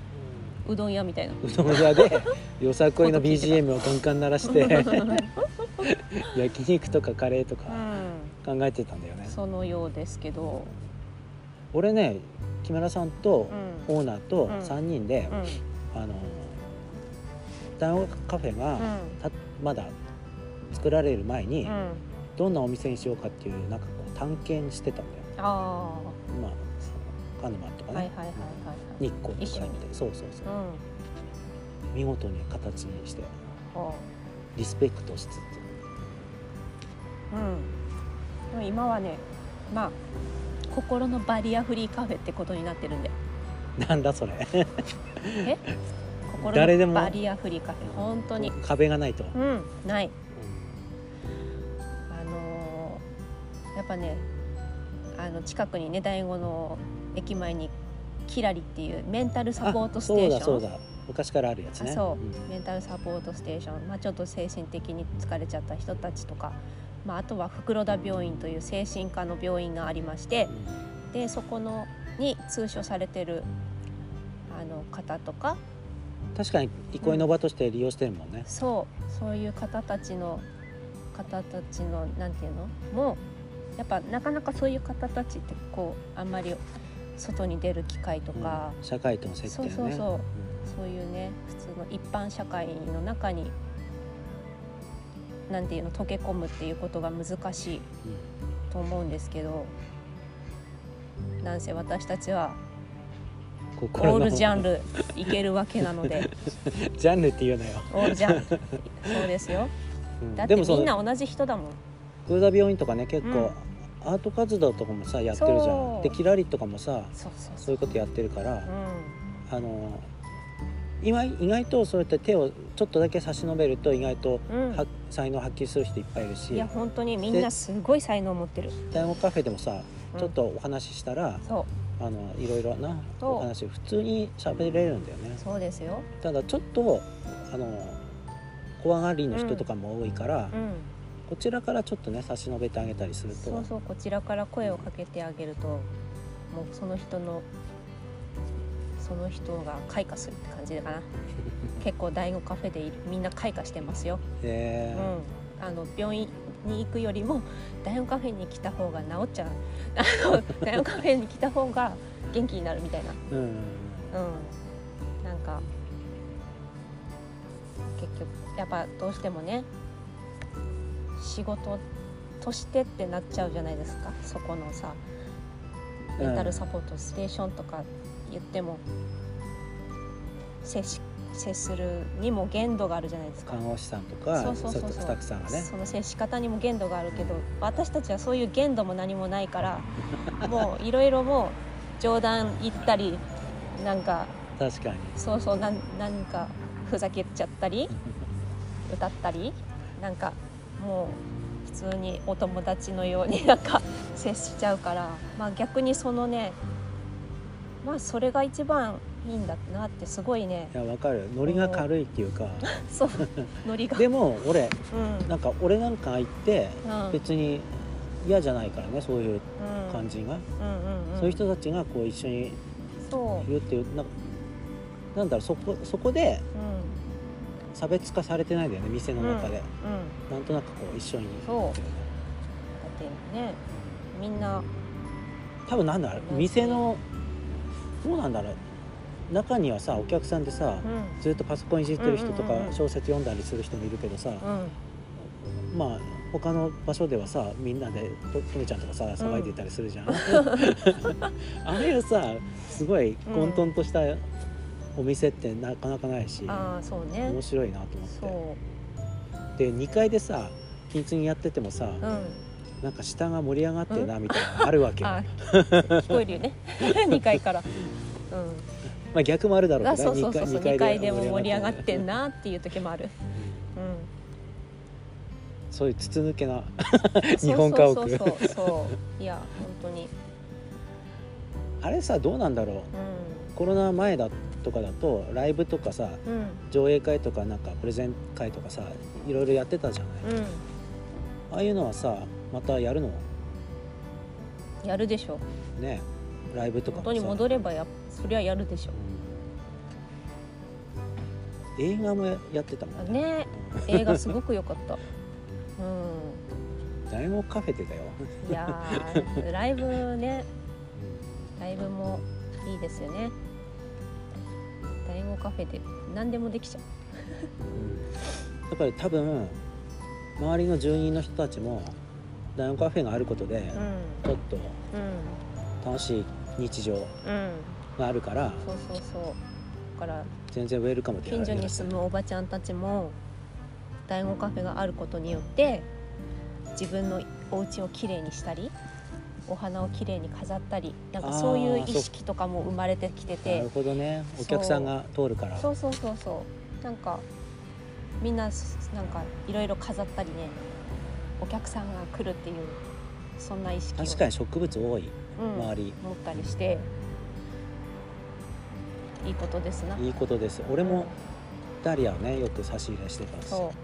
そううどん屋みたいなうどん屋でよさこいの ビージーエム をカンカン鳴らして焼肉とかカレーとかうん考えてたんだよね、 そのようですけど、 俺ね木村さんとうんオーナーとうんさんにんで、 うんあのダイオカフェがうんたまだ作られる前に、 うんどんなお店にしようかっていうなんかこう探検してたんだよ。 あまあ鹿沼とかね、 あはいはいはいはいはい日光とか一緒に行ってそうそうそううん見事に形にしてはリスペクトしつつあうんでも今はねまあ心のバリアフリーカフェってことになってるんだよ。 なんだそれえ心誰でものバリアフリーカフェ本当に壁がないと、 うんないあのーやっぱねあの近くにね大子の駅前にキラリっていうメンタルサポートステーション、 あそうだそうだ昔からあるやつね。 あそう、 んメンタルサポートステーション、まあ、ちょっと精神的に疲れちゃった人たちとか、まあ、あとは袋田病院という精神科の病院がありまして、でそこのに通所されてるあの方とか、 確かに憩いの場として利用してるもんね。 そうそういう方たちの方たちのなんていうのもうやっぱなかなかそういう方たちってこうあんまり外に出る機会とか、 うん社会との接点ね。 そうそうそうそういうね普通の一般社会の中になんていうの溶け込むっていうことが難しいと思うんですけど、なんせ私たちはうんオ心のールジャンルいけるわけなのでジャンルって言うなよ。 オールジャンルそうですよ。 うんだってでもそのみんな同じ人だもん。 黒田病院とかね結構、 うんアート活動とかもさやってるじゃそん。 うでキラリとかもさそうそうそういうことやってるから、 うあの今意外とそうやって手をちょっとだけ差し伸べると意外と、 ん、 は才能発揮する人いっぱいいるし、 うん、いや本当にみんなすごい才能を持ってる。 大学カフェでもさうんちょっとお話ししたら、 そあのいろいろなそうお話普通に喋れるんだよねう。そうですよ。 ただちょっとあの怖がりの人とかも多いから、 うんこちらからちょっとね差し伸べてあげたりするとそうそうこちらから声をかけてあげるともうその人のその人が開花するって感じかな結構大学カフェでいるみんな開花してますよ、 へうん、あの病院に行くよりも大学カフェに来た方が治っちゃうあの大学カフェに来た方が元気になるみたいな、 ーうんうん、なんか結局やっぱどうしてもね仕事としてってなっちゃうじゃないですか。そこのさメンタルサポートステーションとか言っても接し接するにも限度があるじゃないですか。 看護師さんとかそうそうそうそうスタッフさんがねその接し方にも限度があるけど私たちはそういう限度も何もないからもういろいろもう冗談言ったりなんか確かにそうそうなんなんかふざけちゃったり歌ったりなんかもう普通にお友達のようになんか接しちゃうから、まあ、逆にそのねまあそれが一番いいんだなってすごいねいやわかるノリが軽いっていうかそうノリがでも俺うんなんか俺なんか行ってうん別に嫌じゃないからねそういううん感じが、 うんうんうんそういう人たちがこう一緒にそういるっていうなんかなんだろうそこそこでうん差別化されてないんだよね店の中で、 うんなんとなくこう一緒にそうだってねみんな多分なんだろう店のどうなんだろう中にはさお客さんでさ、 うんずっとパソコンいじってる人とかうんうんうんうん小説読んだりする人もいるけどさ、 うんまあ他の場所ではさみんなでととめちゃんとかさ騒いでたりするじゃん、あれをさすごい混沌としたお店ってなかなかないし、 ああそうね面白いなと思そってでにかいでさ均一にやっててもさ、 ううんなんか下が盛り上がってるなみたいなのあるわけよ、 あ聞こえるよねにかいから、うん、 まあ逆もあるだろうあけどそうそうそうそうににかいでも盛り上がっるてんなっていう時もある、うんそういう筒抜けな日本家屋そうそうそうそういや本当にあれさどうなんだろううコロナ前だとかだとライブとかさんうん上映会とかなんかプレゼン会とかさいろいろやってたじゃない、 うんああいうのはさまたやるのやるでしょねライブとかもさ元に戻ればやそりゃやるでしょうん映画もやってたもんねね映画すごく良かったうん大悟カフェでだよ。 いやーライブね、ライブもいいですよね。大悟カフェで何でもできちゃう。 うん、だから多分周りの住人の人たちも大悟カフェがあることで、 うんちょっとうん楽しい日常うんがあるから、 そうそうそう。だから全然ウェルカムで近所に住むおばちゃんたちも大悟カフェがあることによって自分のお家をきれいにしたりお花をきれいに飾ったり、なんかそういう意識とかも生まれてきてて。 なるほどね、お客さんが通るから。 そうそうそうそうなんかみんななんかいろいろ飾ったりね、お客さんが来るっていうそんな意識を確かに植物多い、 うん、 周り持ったりしていいことですな。 いいことです。俺もダリアをねよく差し入れしてたし、 そう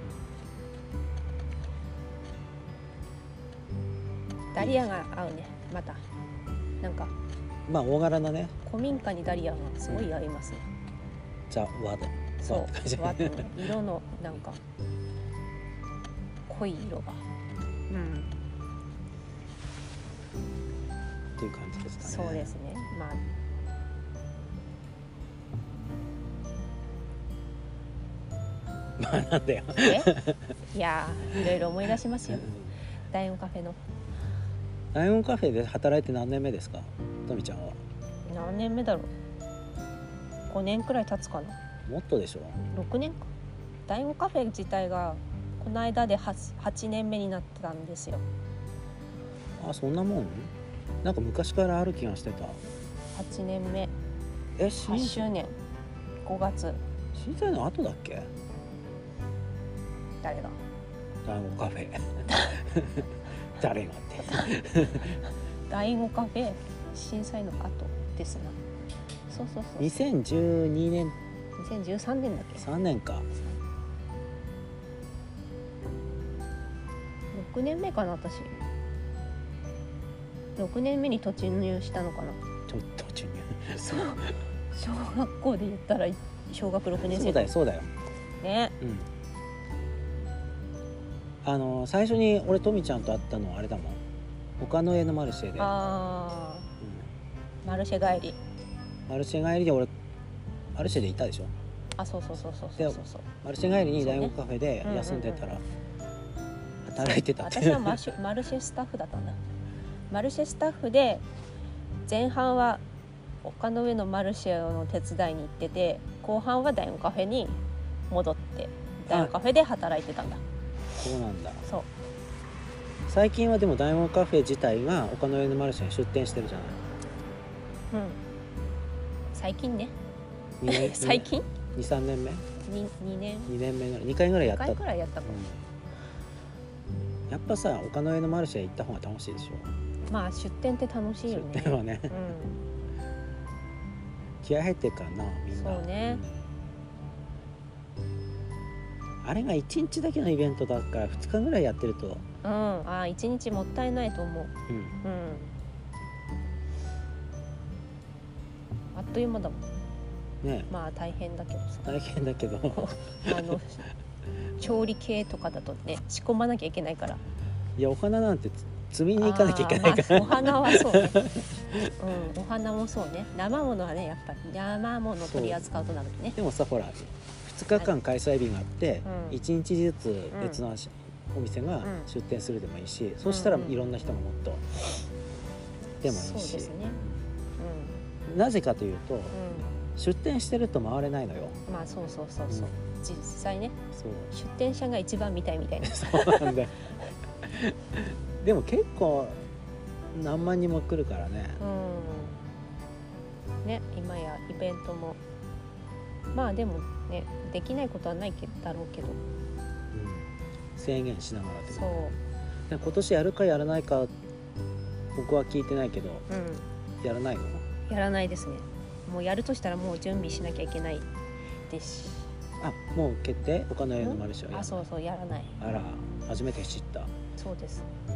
ダリアが合うね。またなんかまあ大柄なね古民家にダリアがすごい合いますね。 ザ・ワドそうって感じわってね色のなんか濃い色が、うん、 っていう感じですかね。 そうですね。まあまあなんだよえいやーいろいろ思い出しますよ。大悟カフェの大悟カフェで働いて何年目ですか、とみちゃんは。 何年目だろう。ごねんくらい経つかな。 もっとでしょ。 ろくねんか。大悟カフェ自体がこの間で はちねんめになってたんですよ。 あ、そんなもん。なんか昔からある気がしてた。 はちねんめえ、 はちしゅうねんごがつ。 震災の後だっけ。 誰が大悟カフェ誰がって大悟カフェ震災の後ですな。そうそうそう。 にせんじゅうにねんにせんじゅうさんねんだっけ。 さんねんか。 ろくねんめかな私。ろくねんめに突入したのかな。 ちょっと突入そう小学校で言ったら小学ろくねん生。 そうだよそうだよね。 うんあの最初に俺とみちゃんと会ったのはあれだもん、他の家のマルシェで。 ああ、うん、マルシェ帰り。 マルシェ帰りで俺マルシェでいたでしょ。 あ、そうそうそうそうそうそう。 マルシェ帰りに大学カフェで休んでたら働いてたって。 私はマシュマルシェスタッフだったんだ。マルシェスタッフで前半は丘の上のマルシェの手伝いに行ってて、後半は大悟カフェに戻って大悟カフェで働いてたんだ。 そうなんだ。 そう。 最近はでも大悟カフェ自体が丘の上のマルシェに出店してるじゃない。 うん。最近ね。 にねん最近？ に、さんねんめ？ に、にねん。 にねんめぐらい、にかいぐらいやった。 にかいくらいやったか、 うん。やっぱさ、丘の上のマルシェ行った方が楽しいでしょ。 まあ出店って楽しいよね。 出店はね。 うん。 気合入ってるからな、みんな。 そうね。 うん、あれがいちにちだけのイベントだからふつかぐらいやってると、 うん、あ、いちにちもったいないと思う。 うん、 うん。あっという間だもん。 ね。 まあ大変だけどさ。 大変だけどあの調理系とかだとね、仕込まなきゃいけないから。 いや、お花なんて摘みに行かなきゃいけないから、 まあ、お花はそうね、うん、お花もそうね。生ものはね、やっぱり生もの取り扱うとなるとね。 でもさ、ほらふつかかん開催日があって、 はい、 いちにちずつ別のお店が出店するでもいいし、うん、そしたらいろんな人がもっとでもいいし、そうですね、うん、なぜかというと、うん、出店してると回れないのよ。 まあそうそうそうそう、うん、実際ね、 そう出店者が一番見たいみたいなそうなんだよでも結構何万人も来るからね、 うん、ね、今やイベントもまあでもね、できないことはないだろうけど、うん、 制限しながらってこと。 そう、 今年やるかやらないか僕は聞いてないけど、うん、やらないの？ やらないですね。もうやるとしたらもう準備しなきゃいけないですし。 あ、もう決定？他の家のマルシェはやらない？ あ、そうそう、やらない。 あら、初めて知った。 そうです。 うーん、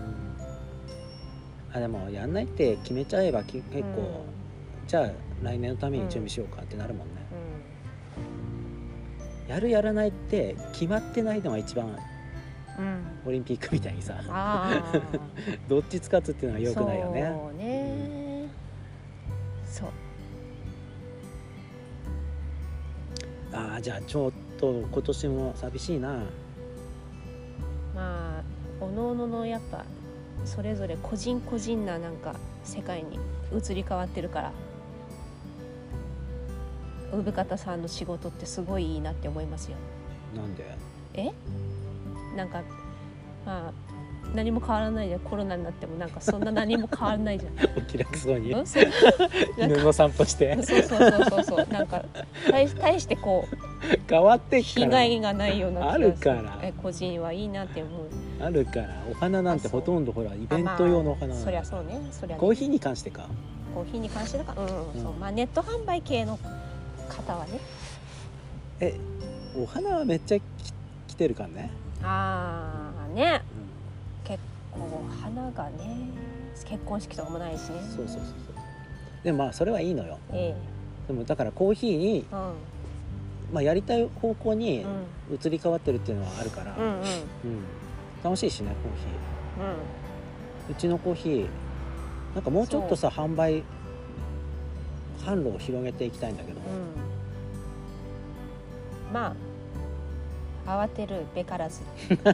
あ、でもやんないって決めちゃえば結構、うん、じゃあ来年のために準備しようかってなるもんね、うん、やるやらないって決まってないのが一番うんオリンピックみたいにさあどっちつかずっていうのはー良くないよね。 そうね、そうああじゃあちょっと今年も寂しいな。 まあおのおののやっぱそれぞれ個人個人ななんか世界に移り変わってるから、産方さんの仕事ってすごいいいなって思いますよ。 なんでえなんかまあ何も変わらないじゃん。コロナになってもなんかそんな何も変わらないじゃんお気楽そうにうんそう犬の散歩してそうそうそうそうそうなんか大大してこう変わってっから被害がないような気がする。 あるからえ個人はいいなって思う。 あるからお花なんてほとんどほらイベント用のお花なんだ、 まあ、そりゃそうねそりゃねコーヒーに関してか。 コーヒーに関してだから、うんうんうんそうまあ、ネット販売系の方はねえお花はめっちゃき来てるからね、 ああねう結構花がね結婚式とかもないしねん、そうそうそうそう。でもまあそれはいいのよ。 えでもだからコーヒーに、 えうんまあ、やりたい方向にうん移り変わってるっていうのはあるから、 うんうんうん楽しいしねコーヒうんー。うちのコーヒーなんかもうちょっとさ販売販路を広げていきたいんだけど、 うんまあ慌てるべからず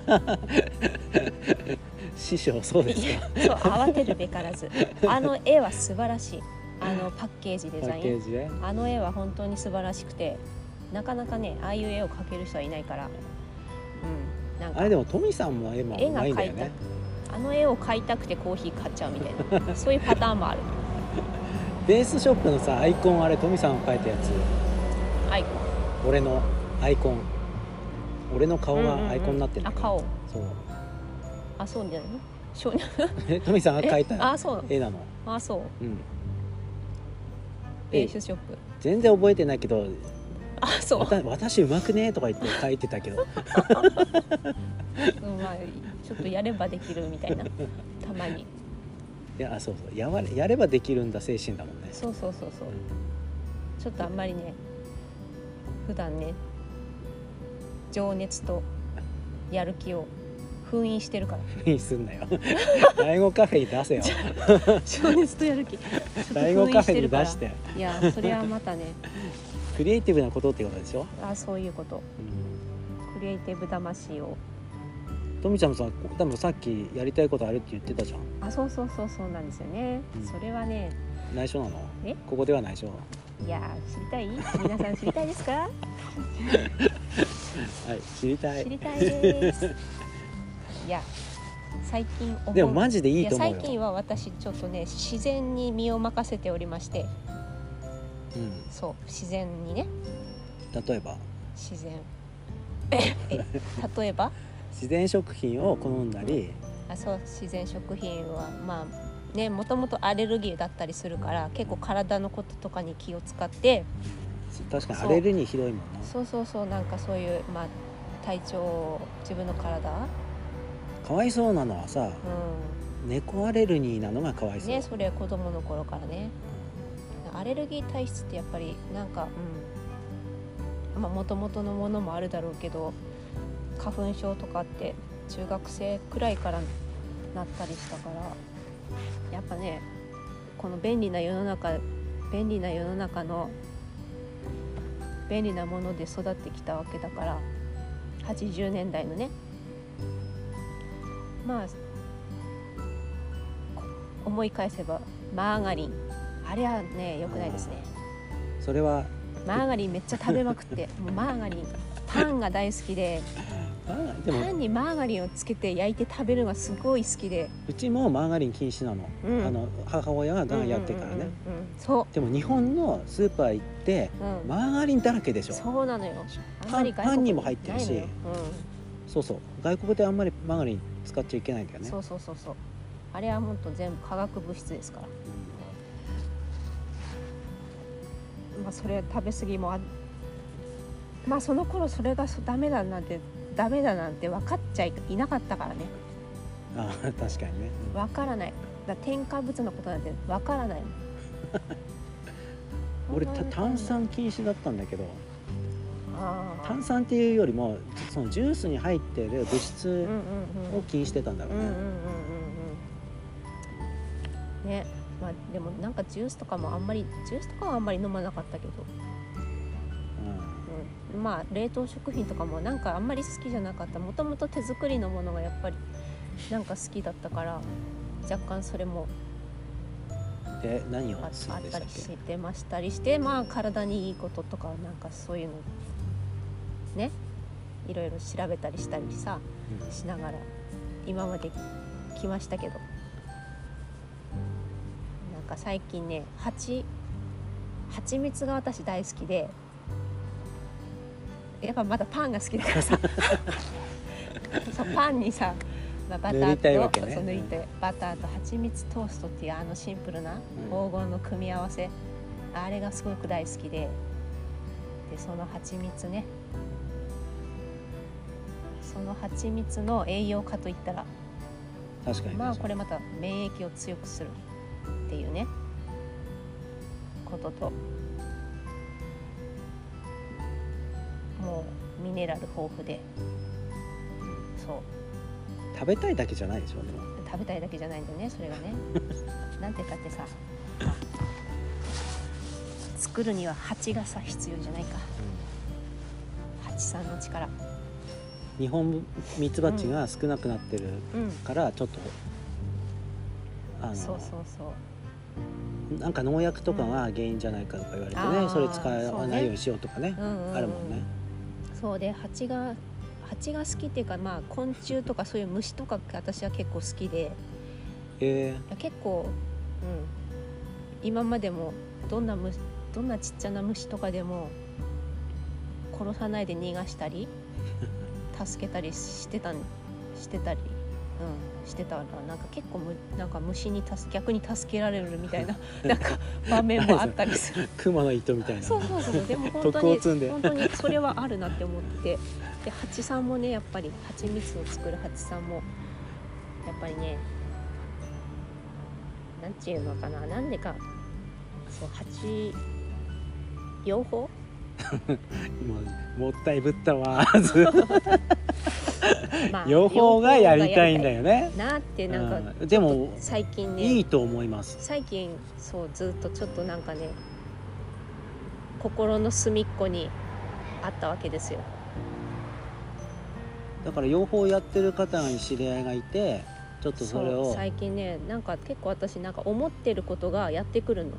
師匠そうですか。 そう慌てるべからずあの絵は素晴らしい。あのパッケージデパザインッケージであの絵は本当に素晴らしくてなかなかねああいう絵を描ける人はいないから、うん、なんかあれでもトミさんも絵も絵うが描いたまいんだよね。 あの絵を描いたくてコーヒー買っちゃうみたいなそういうパターンもある。 ベースショップのさアイコンあれトミさんが描いたやつ、 アイコン俺のアイコン俺の顔がアイコンになってるんだけど、 うんうんうんあそうあそうじゃないの少年えトミさんが描いえたあそうなの絵なの。 あそううんベースショップ全然覚えてないけどあそうわた私うまくねとか言って書いてたけどうんまあちょっとやればできるみたいなたまにいやそうそうやわれやればできるんだ精神だもんね。 そうそうそうそううんちょっとあんまりね普段ね情熱とやる気を封印してるから封印すんなよ第五カフェに出せよ情熱とやる気ちょっと第五カフェに封印してるから出していやそれはまたねクリエイティブなことってことでしょ、 あそういうことうん、 クリエイティブ魂をトミちゃんもさ多分さっきやりたいことあるって言ってたじゃん。 あそうそうそうそうなんですよね、 うんそれはね内緒なのえここでは内緒。 いや知りたい皆さん知りたいですかはい知りたい知りたいですいや最近思うでもマジでいいと思うよ。 いや最近は私ちょっとね自然に身を任せておりましてうん、 そう自然にね例えば自然え例えば自然食品を好んだり、 あそう自然食品はまあねもともとアレルギーだったりするから結構体のこととかに気を使って確かにアレルギーひどいもんな。 そうそうそうなんかそういうまあ体調自分の体かわいそうなのはさう猫アレルギーなのがかわいそう、 んねそれ子供の頃からねアレルギー体質ってやっぱりなんかうんまあ元々のものもあるだろうけど花粉症とかって中学生くらいからなったりしたからやっぱねこの便利な世の中便利な世の中の便利なもので育ってきたわけだからはちじゅうねんだいのねまあ思い返せばマーガリンあれはね良くないですね。 それはマーガリンめっちゃ食べまくってもうマーガリンパンが大好きであでもパンにマーガリンをつけて焼いて食べるのがすごい好きで、 うちもマーガリン禁止なの、 うん、 あの母親ががんやってからね、 うんうんうんうんそでも日本のスーパー行ってう、うんマーガリンだらけでしょ。 そうなのよあんパンまり外国パンにも入ってるしないのよそうそう外国であんまりマーガリン使っちゃいけないんだようん、 ね。 そうそうそうそうあれは本当全部化学物質ですから、まあ、それ食べ過ぎもあまあその頃それがダメだなんてダメだなんて分かっちゃいなかったからねうん、あ確かにね、うん分からないだから添加物のことなんて分からないもん俺た炭酸禁止だったんだけど、 あー炭酸っていうよりもそのジュースに入ってる物質うんうんを気にしてたんだろうね。 うんうんうんうんうんね。まあでもなんかジュースとかもあんまりジュースとかはあんまり飲まなかったけど、うん、まあ冷凍食品とかもなんかあんまり好きじゃなかった。もともと手作りのものがやっぱりなんか好きだったから若干それもうん、で何をあするあったりんでしたっけ？ してましたりして、まあ体にいいこととかなんかそういうのねいろいろ調べたりしたりさうんしながら今まで来ましたけど、なんか最近ね蜂蜂蜜が私大好きで、やっぱまだパンが好きだからさそうパンにさ、まあ、バタ塗りたいわーと、 けね。 そう塗りたいバターと蜂蜜トーストっていうあのシンプルな黄金の組み合わせ、あれがすごく大好きで、でその蜂蜜ね、その蜂蜜の栄養価といったら確かに、 まあこれまた免疫を強くするっていうねことと、もうミネラル豊富で、そう食べたいだけじゃないでしょでも。 食べたいだけじゃないんだよね、それがねなんて言ったってさ、作るには蜂がさ必要じゃないか、蜂さんの力。 日本ミツバチが少なくなってるうんからちょっと、あのそうそうそうなんか農薬とかが原因じゃないかとか言われてね、 あーそれ使わそうねないようにしようとかね、 うんうんうんあるもんね。 そうで蜂が蜂が好きっていうか、まあ昆虫とかそういう虫とか私は結構好きで、 え結構、うん、今までもどんな虫どんなちっちゃな虫とかでも殺さないで逃がしたり助けたりしてたしてたり、うん、してたらなんか結構むなんか虫にたす逆に助けられるみたいななんか場面もあったりする。 ー、雲の糸みたいな。 そうそうそう、でも本当徳をに積んで本当にそれはあるなって思ってて、で蜂さんもねやっぱり蜂蜜を作る蜂さんもやっぱりね、なんていうのかな、なんでかそう蜂養蜂今もったいぶったわまあ養蜂がやりたいんだよね。 なってなんか、 うん、でも最近ねいいと思います。 最近そうずっとちょっとなんかね心の隅っこにあったわけですよ。 だから養蜂やってる方に知り合いがいて、ちょっとそれをそう最近ねなんか結構私なんか思ってることがやってくるの。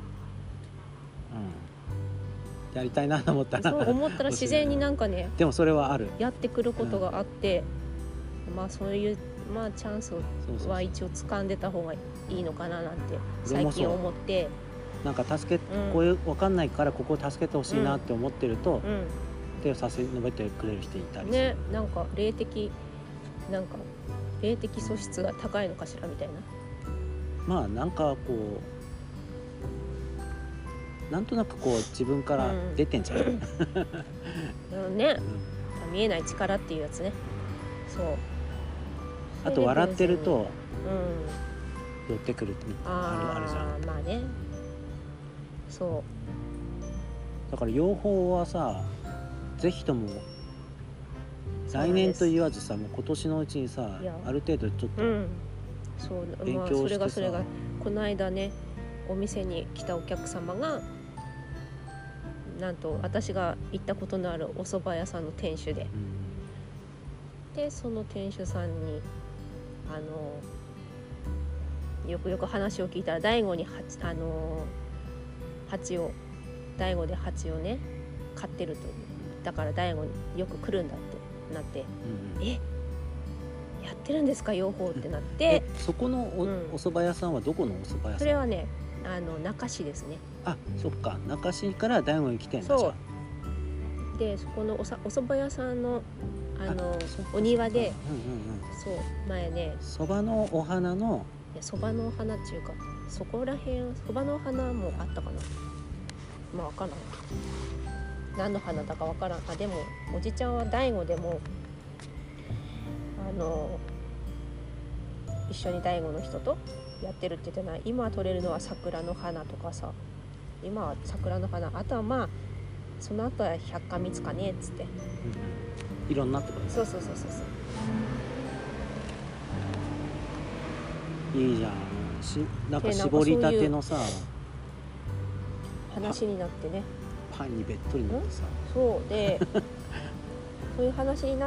うん、やりたいなと思ったらそう思ったら自然になんかねでもそれはある。 やってくることがあって、うん、まあそういうまあチャンスそうそうそうは一応掴んでた方がいいのかななんて俺もそう最近思って、 なんか助け、 うんこういう分かんないからここを助けてほしいなって思ってると、 う手を差し伸べてくれる人いたりん、 する。 ねなんか霊的なんか霊的素質が高いのかしらみたいな。 まあなんかこうなんとなくこう自分から出てんじゃない、うんうんね、見えない力っていうやつね。そうあと笑ってるとうん寄ってくるってああるあるじゃん。 ーまあねそだから養蜂はさ、ぜひとも来年と言わずさ、もう今年のうちにさいやある程度ちょっと、 ううんそうまあ勉強してさそれがそれがこの間ねお店に来たお客様がなんと私が行ったことのあるお蕎麦屋さんの店主で、 うんでその店主さんにあのよくよく話を聞いたら大悟に蜂あの蜂を大悟で蜂をね飼ってると、だから大悟によく来るんだってなって、 うん、 えやってるんですか養蜂ってなっえて、 そこの お,、 うんお蕎麦屋さんはどこのお蕎麦屋さん？ それはねあの中市ですね。 あ、そっか、中市から大悟に来てんだ。 そうじゃでそこのおさお蕎麦屋さんのあのあそっかお庭で、 うんうんうん、 そう前ね蕎麦のお花のいやそばのお花っていうかそこら辺そばのお花もあったかな、まあわからん何の花だかわからん。あでもおじちゃんは大悟でもあの一緒に大悟の人とやってるって言ってない。今取れるのは桜の花とかさ、今は桜の花、あとはまあその後は百花蜜かねっつって、 うん、いろんなってことです。 そうそうそうそうそう、 いいじゃん。しなんか絞りたてのさ話になってね、 パンにべっとり乗ってさ、 そうでそういう話になって、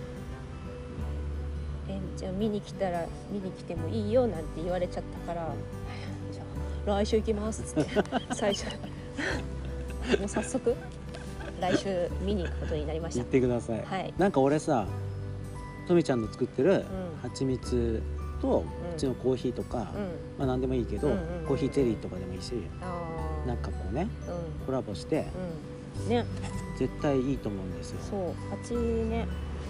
えじゃあ見に来たら見に来てもいいよなんて言われちゃったから、じゃあ来週行きますっつって最初もう早速来週見に行くことになりました。 言ってください、 はい、 なんか俺さとみちゃんの作ってるうん蜂蜜とうちのコーヒーとか、 うんまあ何でもいいけど、 うんうんうんうん、 コーヒーゼリーとかでもいいし、 あなんかこうねうんコラボしてうんね、 絶対いいと思うんですよ。 そう蜂ね、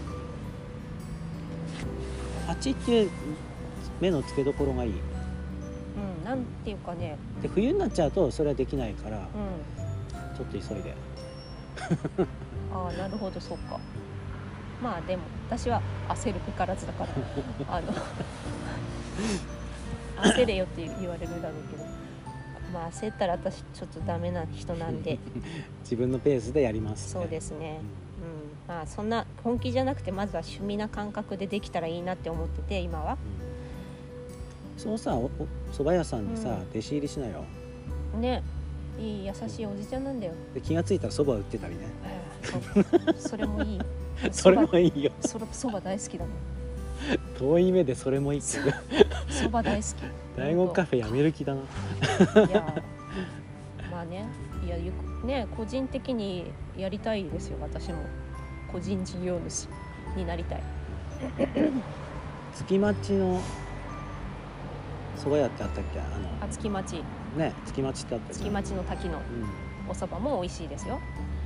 蜂って目の付けどころがいい。 うん、なんていうかね、 で冬になっちゃうとそれはできないからうん、 ちょっと急いでああなるほど、そうか。まあでも私は焦るべからずだからあの焦れよって言われるだろうけど、まあ焦ったら私ちょっとダメな人なんで自分のペースでやります、ね、 そうですね、うん、まあそんな本気じゃなくてまずは趣味な感覚でできたらいいなって思ってて今は、 うん、そのさお蕎麦屋さんにさ、 うん、 弟子入りしなよね、いい優しいおじちゃんなんだよ。 で気がついたら蕎麦売ってたりねそ, それもいいそれもいいよ。 そばそば大好きだもん。 遠い目でそれもいいってそば大好き。 大悟カフェやめる気だな。 いやまあね、いやゆくね個人的にやりたいですよ。私も個人事業主になりたい。 月町の蕎麦屋ってあったっけ？あのあ、月町ね、月町ってあったっけ？ 月町の滝のお蕎麦も美味しいですよ。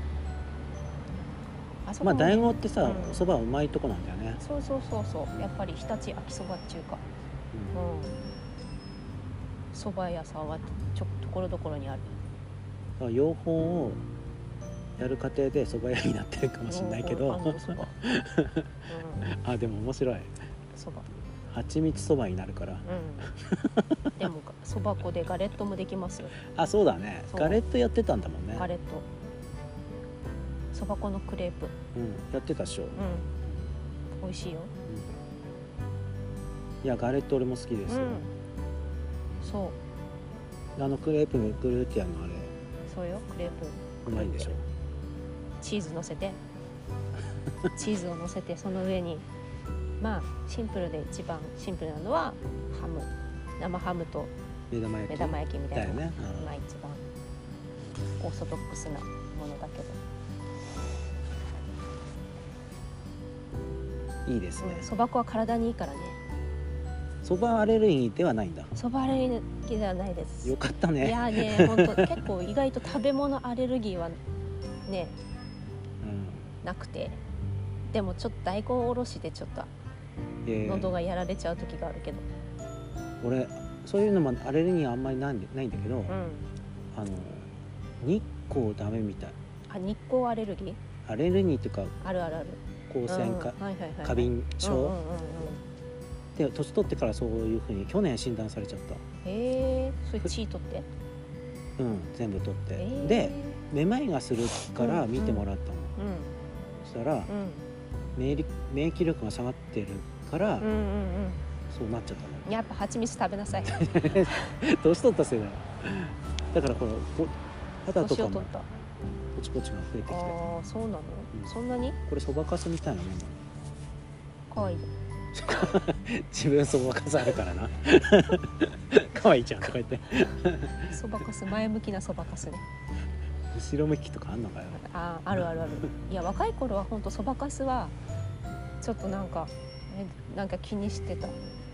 あそこもね、 まあ大悟ってさ、 うん、 蕎麦うまいとこなんだよね。 そうそうそうそう、やっぱり日立秋そばっていうか、うん、蕎麦屋さんはちょところどころにある。 だから養蜂をやる過程で蕎麦屋になってるかもしれないけど、 うん、 あでも面白い。 蕎麦蜂蜜蕎麦になるから、 うん、でも蕎麦粉でガレットもできますよ。 あ、そうだね、ガレットやってたんだもんね。 ガレット蕎麦粉のクレープ、 うん、やってたっしょ。うん、 美味しいよ、 うん、いやガレット俺も好きですよ、うん、 そうあのクレープぐるってやるのあれそうよ、クレープうまいでしょ。 チーズ乗せてチーズを乗せてその上にまあシンプルで一番シンプルなのはハム、生ハムと目玉焼き、 目玉焼きみたいなのが、 ね、うん、 まあ一番オーソドックスなものだけどいいですね。 そば粉は体にいいからね。 そばアレルギーではないんだ。 そばアレルギーではないです。 よかったね。 いやね、本当結構意外と食べ物アレルギーはね、うん、なくて、でもちょっと大根おろしでちょっと喉がやられちゃう時があるけど、 えー、俺そういうのもアレルギーはあんまりないんで、ないんだけど、うん、あの日光ダメみたい。 あ、日光アレルギー？ アレルギーっていうか、 あるあるある。 光線か、過敏症で年取ってからそういうふうに去年診断されちゃった。 へえ、それ血取って？ うん、全部取って、えー、でめまいがするから見てもらったの、うんうん、そしたら、うん、免疫、免疫力が下がってるから、うんうんうん、そうなっちゃったの。 やっぱ蜂蜜食べなさい。 年取ったせいだよ。だからこの肌とかもポチポチが増えてきて。 ああ、そうなの、うん、そんなに？ これそばかすみたいなもんなの。 かわいい。 自分そばかすあるからな。かわいいじゃんとか言って。 そばかす、前向きなそばかすね。 後ろ向きとかあんのかよ。 ああ、あるあるある。いや若い頃は本当そばかすはちょっとなんかえなんか気にしてた。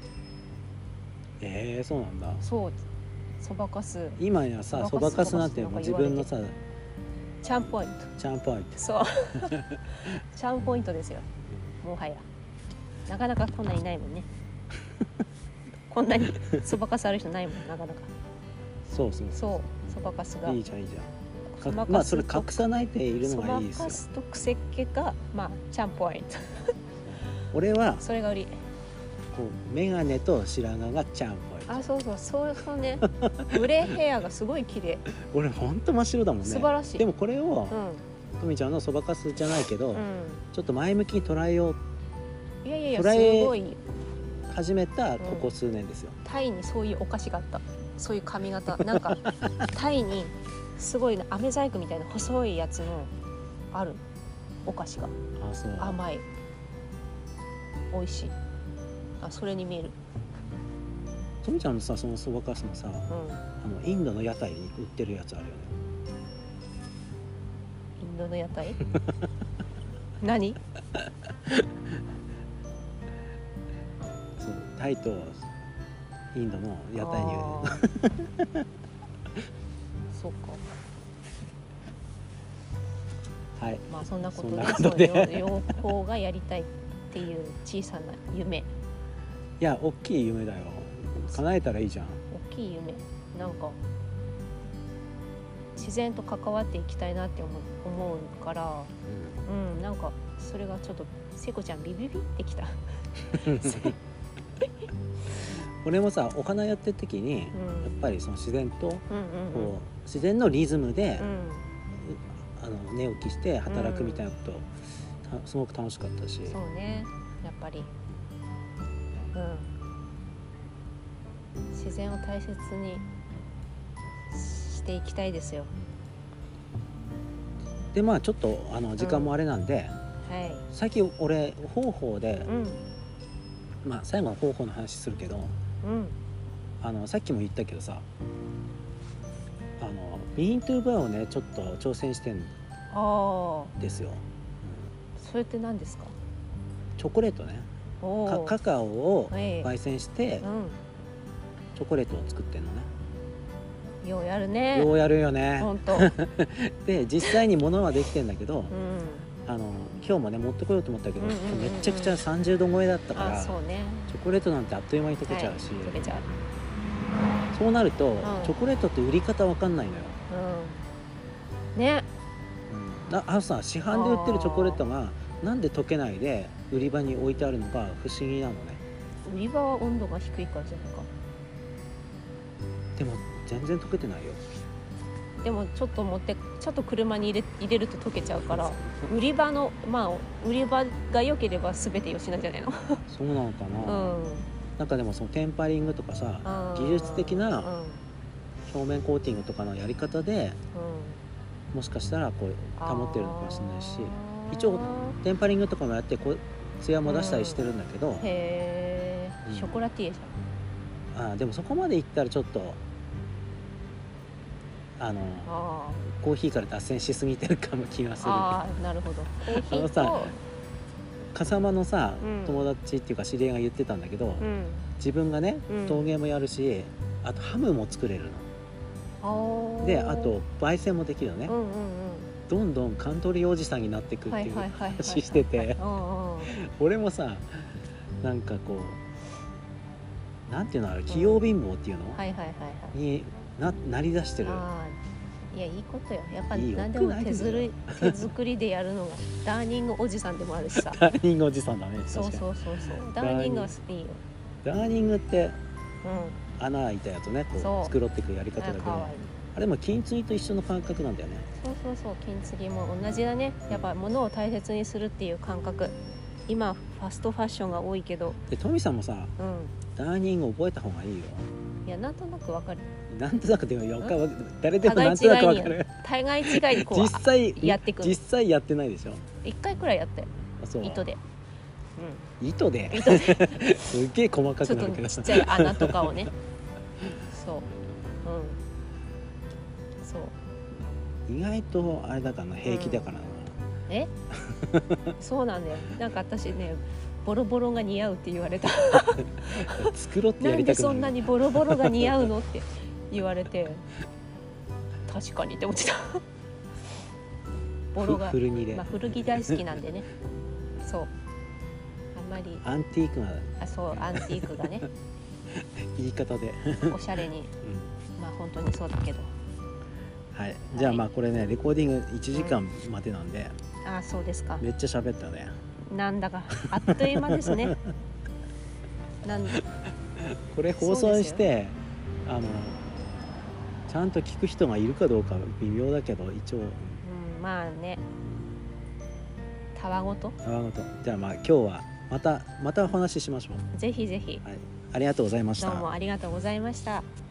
えー、そうなんだ。 そう、そばかす。 今やさ、そばかすなんてもう自分のさ。 チャームポイント。 チャームポイント。 そう。チャームポイントですよ。もはや。なかなかこんなにいないもんね。こんなにそばかすある人ないもん、なかなか。 そうそうそう、そばかすが。 いいじゃんいいじゃん。まあそれ隠さないでいるのがいいですよ。 そばかすと癖気がまあチャームポイント。 俺はそれが売り。 こうメガネと白髪がチャームポインゃん。 あ、そうそうそうそうね。グレーヘアがすごい綺麗。 俺ほんと真っ白だもんね。 素晴らしい。 でもこれを、 うん、 とみちゃんのそばかすじゃないけど、 うん、 ちょっと前向きに捉えよういやいやいや、す捉えごい。 始めたここ数年ですよ、 タイにそういうお菓子があった。そういう髪型なんかタイにすごいね、飴細工みたいな細いやつのあるお菓子があ、そう。 甘い、美味しい。あ、それに見える。 とみちゃんのさ、そのそばかすのさ、 うん、 あのインドの屋台に売ってるやつあるよね。 インドの屋台何そうタイとインドの屋台に売るあーそうか。 はい、 まあそんなことそんで、 なことでそう両方がやりたいっていう小さな夢。 いや大きい夢だよ。叶えたらいいじゃん。 大きい夢、なんか自然と関わっていきたいなって思う、思うから、うん、なんかそれがちょっと聖子ちゃんビビビってきた。 俺もさ、お花やってる時に、 うん、 やっぱりその自然とこうんうんうんう自然のリズムで、 うん、 あの寝起きして働くみたいなこと、たすごく楽しかったし。 そうね、やっぱり、うん、自然を大切にしていきたいですよ。 でまあちょっとあの時間もあれなんで、 はい、 さっき俺方法で、 うん、 まあ最後の方法の話するけど、 うん、 あのさっきも言ったけどさ、あのビーントゥーバーをねちょっと挑戦してんああ、 ですよ、 それって何ですか？ チョコレートね、 おー、 カカカオをええ、 焙煎してうチョコレートを作ってんのね。 ん、ようやるね。 ようやるよね。 本当。 で実際に物はできてんだけど、 うん、 あの今日もね持ってこようと思ったけど、 うんうんうんうん、 めちゃくちゃさんじゅうど超えだったから、 あ、そうね、 チョコレートなんてあっという間に溶けちゃうし、 はい、溶けちゃう。 そうなると、 んチョコレートって売り方わかんないのよ、 うん、ね、 うん、だあのさ市販で売ってるチョコレートがなんで溶けないで売り場に置いてあるのか不思議なのね。 売り場は温度が低いからじゃないか。 でも全然溶けてないよ。 でもちょっと持ってちょっと車に入れ、入れると溶けちゃうから売り場のまあ売り場が良ければ全てよしなんじゃないの？ そうなのかな、 うん、 なんかでもそのテンパリングとかさあー技術的なうん表面コーティングとかのやり方でうん、 もしかしたらこう保ってるのかもしれないし、 あー一応テンパリングとかもやってこう艶も出したりしてるんだけど、 へえ、 うんショコラティエじあーでもそこまでいったらちょっとあのゃん。あコーヒーから脱線しすぎてるかも気がすーる。 あー、なるほど。コーヒーあのさと、 笠間のさ、 うん友達っていうか知り合いが言ってたんだけど、 うん、 自分がねうん陶芸もやるし、あとハムも作れるあのーで、あと焙煎もできるのね、 うんうんうん、 どんどんカントリーおじさんになっていくってはいいうはいはいはいはい話してて、 うんうん、 俺もさなんかこうなんていうのあれ器用貧乏っていうの、 はいはいはいはい。 にななりだしてる。 ああ、いやいいことよ。やっぱいいよ何でもよくないですよ手ずるい手作りでやるのがダーニングおじさんでもあるしさ。 ダーニングおじさんだね。確かにそうそうそうそう。ダーニングはいいよ。 ダーニングってう穴開いたやつねこそうう作ろっていくやりん。 方だけど、 あ、かわいい。 あれも金継ぎと一緒の感覚なんだよね。 そうそうそう。金継ぎも同じだね。やっぱ物を大切にするっていう感覚。今ファストファッションが多いけど、 でトミさんもさうダーニング覚えた方がいいよ。 ん。いやなんとなくわかる。 なんとなくでもわかる、誰でもなんとなくわかる。 対外違いにこう実際やっていくの実際やってないでしょ。 一回くらいやってあ、そう。 糸で。 糸でうん。糸で。 すっげえ細かちょっくなるけどとちっちゃい穴とかをね。そう。うん。そう。 意外とあれだからな、平気だからな、 え？そうなんだよ。なんか私ね、ボロボロが似合うって言われた。 作ろうってなんでやりたくなる。 そんなにボロボロが似合うのって言われて、確かにって思ってた。ボロが、 ふ古着で、 まあ古着大好きなんでね。そう。あんまり、 アンティークなあ、そうアンティークがね、 言い方で、 おしゃれに、 うんまあ本当にそうだけど。 はい、じゃあまあこれねレコーディングいちじかんまでなんで、 あ、そうですか。 めっちゃ喋ったね。 なんだかあっという間ですね。なんこれ放送してあのちゃんと聞く人がいるかどうか微妙だけど一応、うん、 まあね、たわごとたわごと。じゃあまあ今日はまたまたお話ししましょう。 ぜひぜひ、 はい、ありがとうございました。 どうもありがとうございました。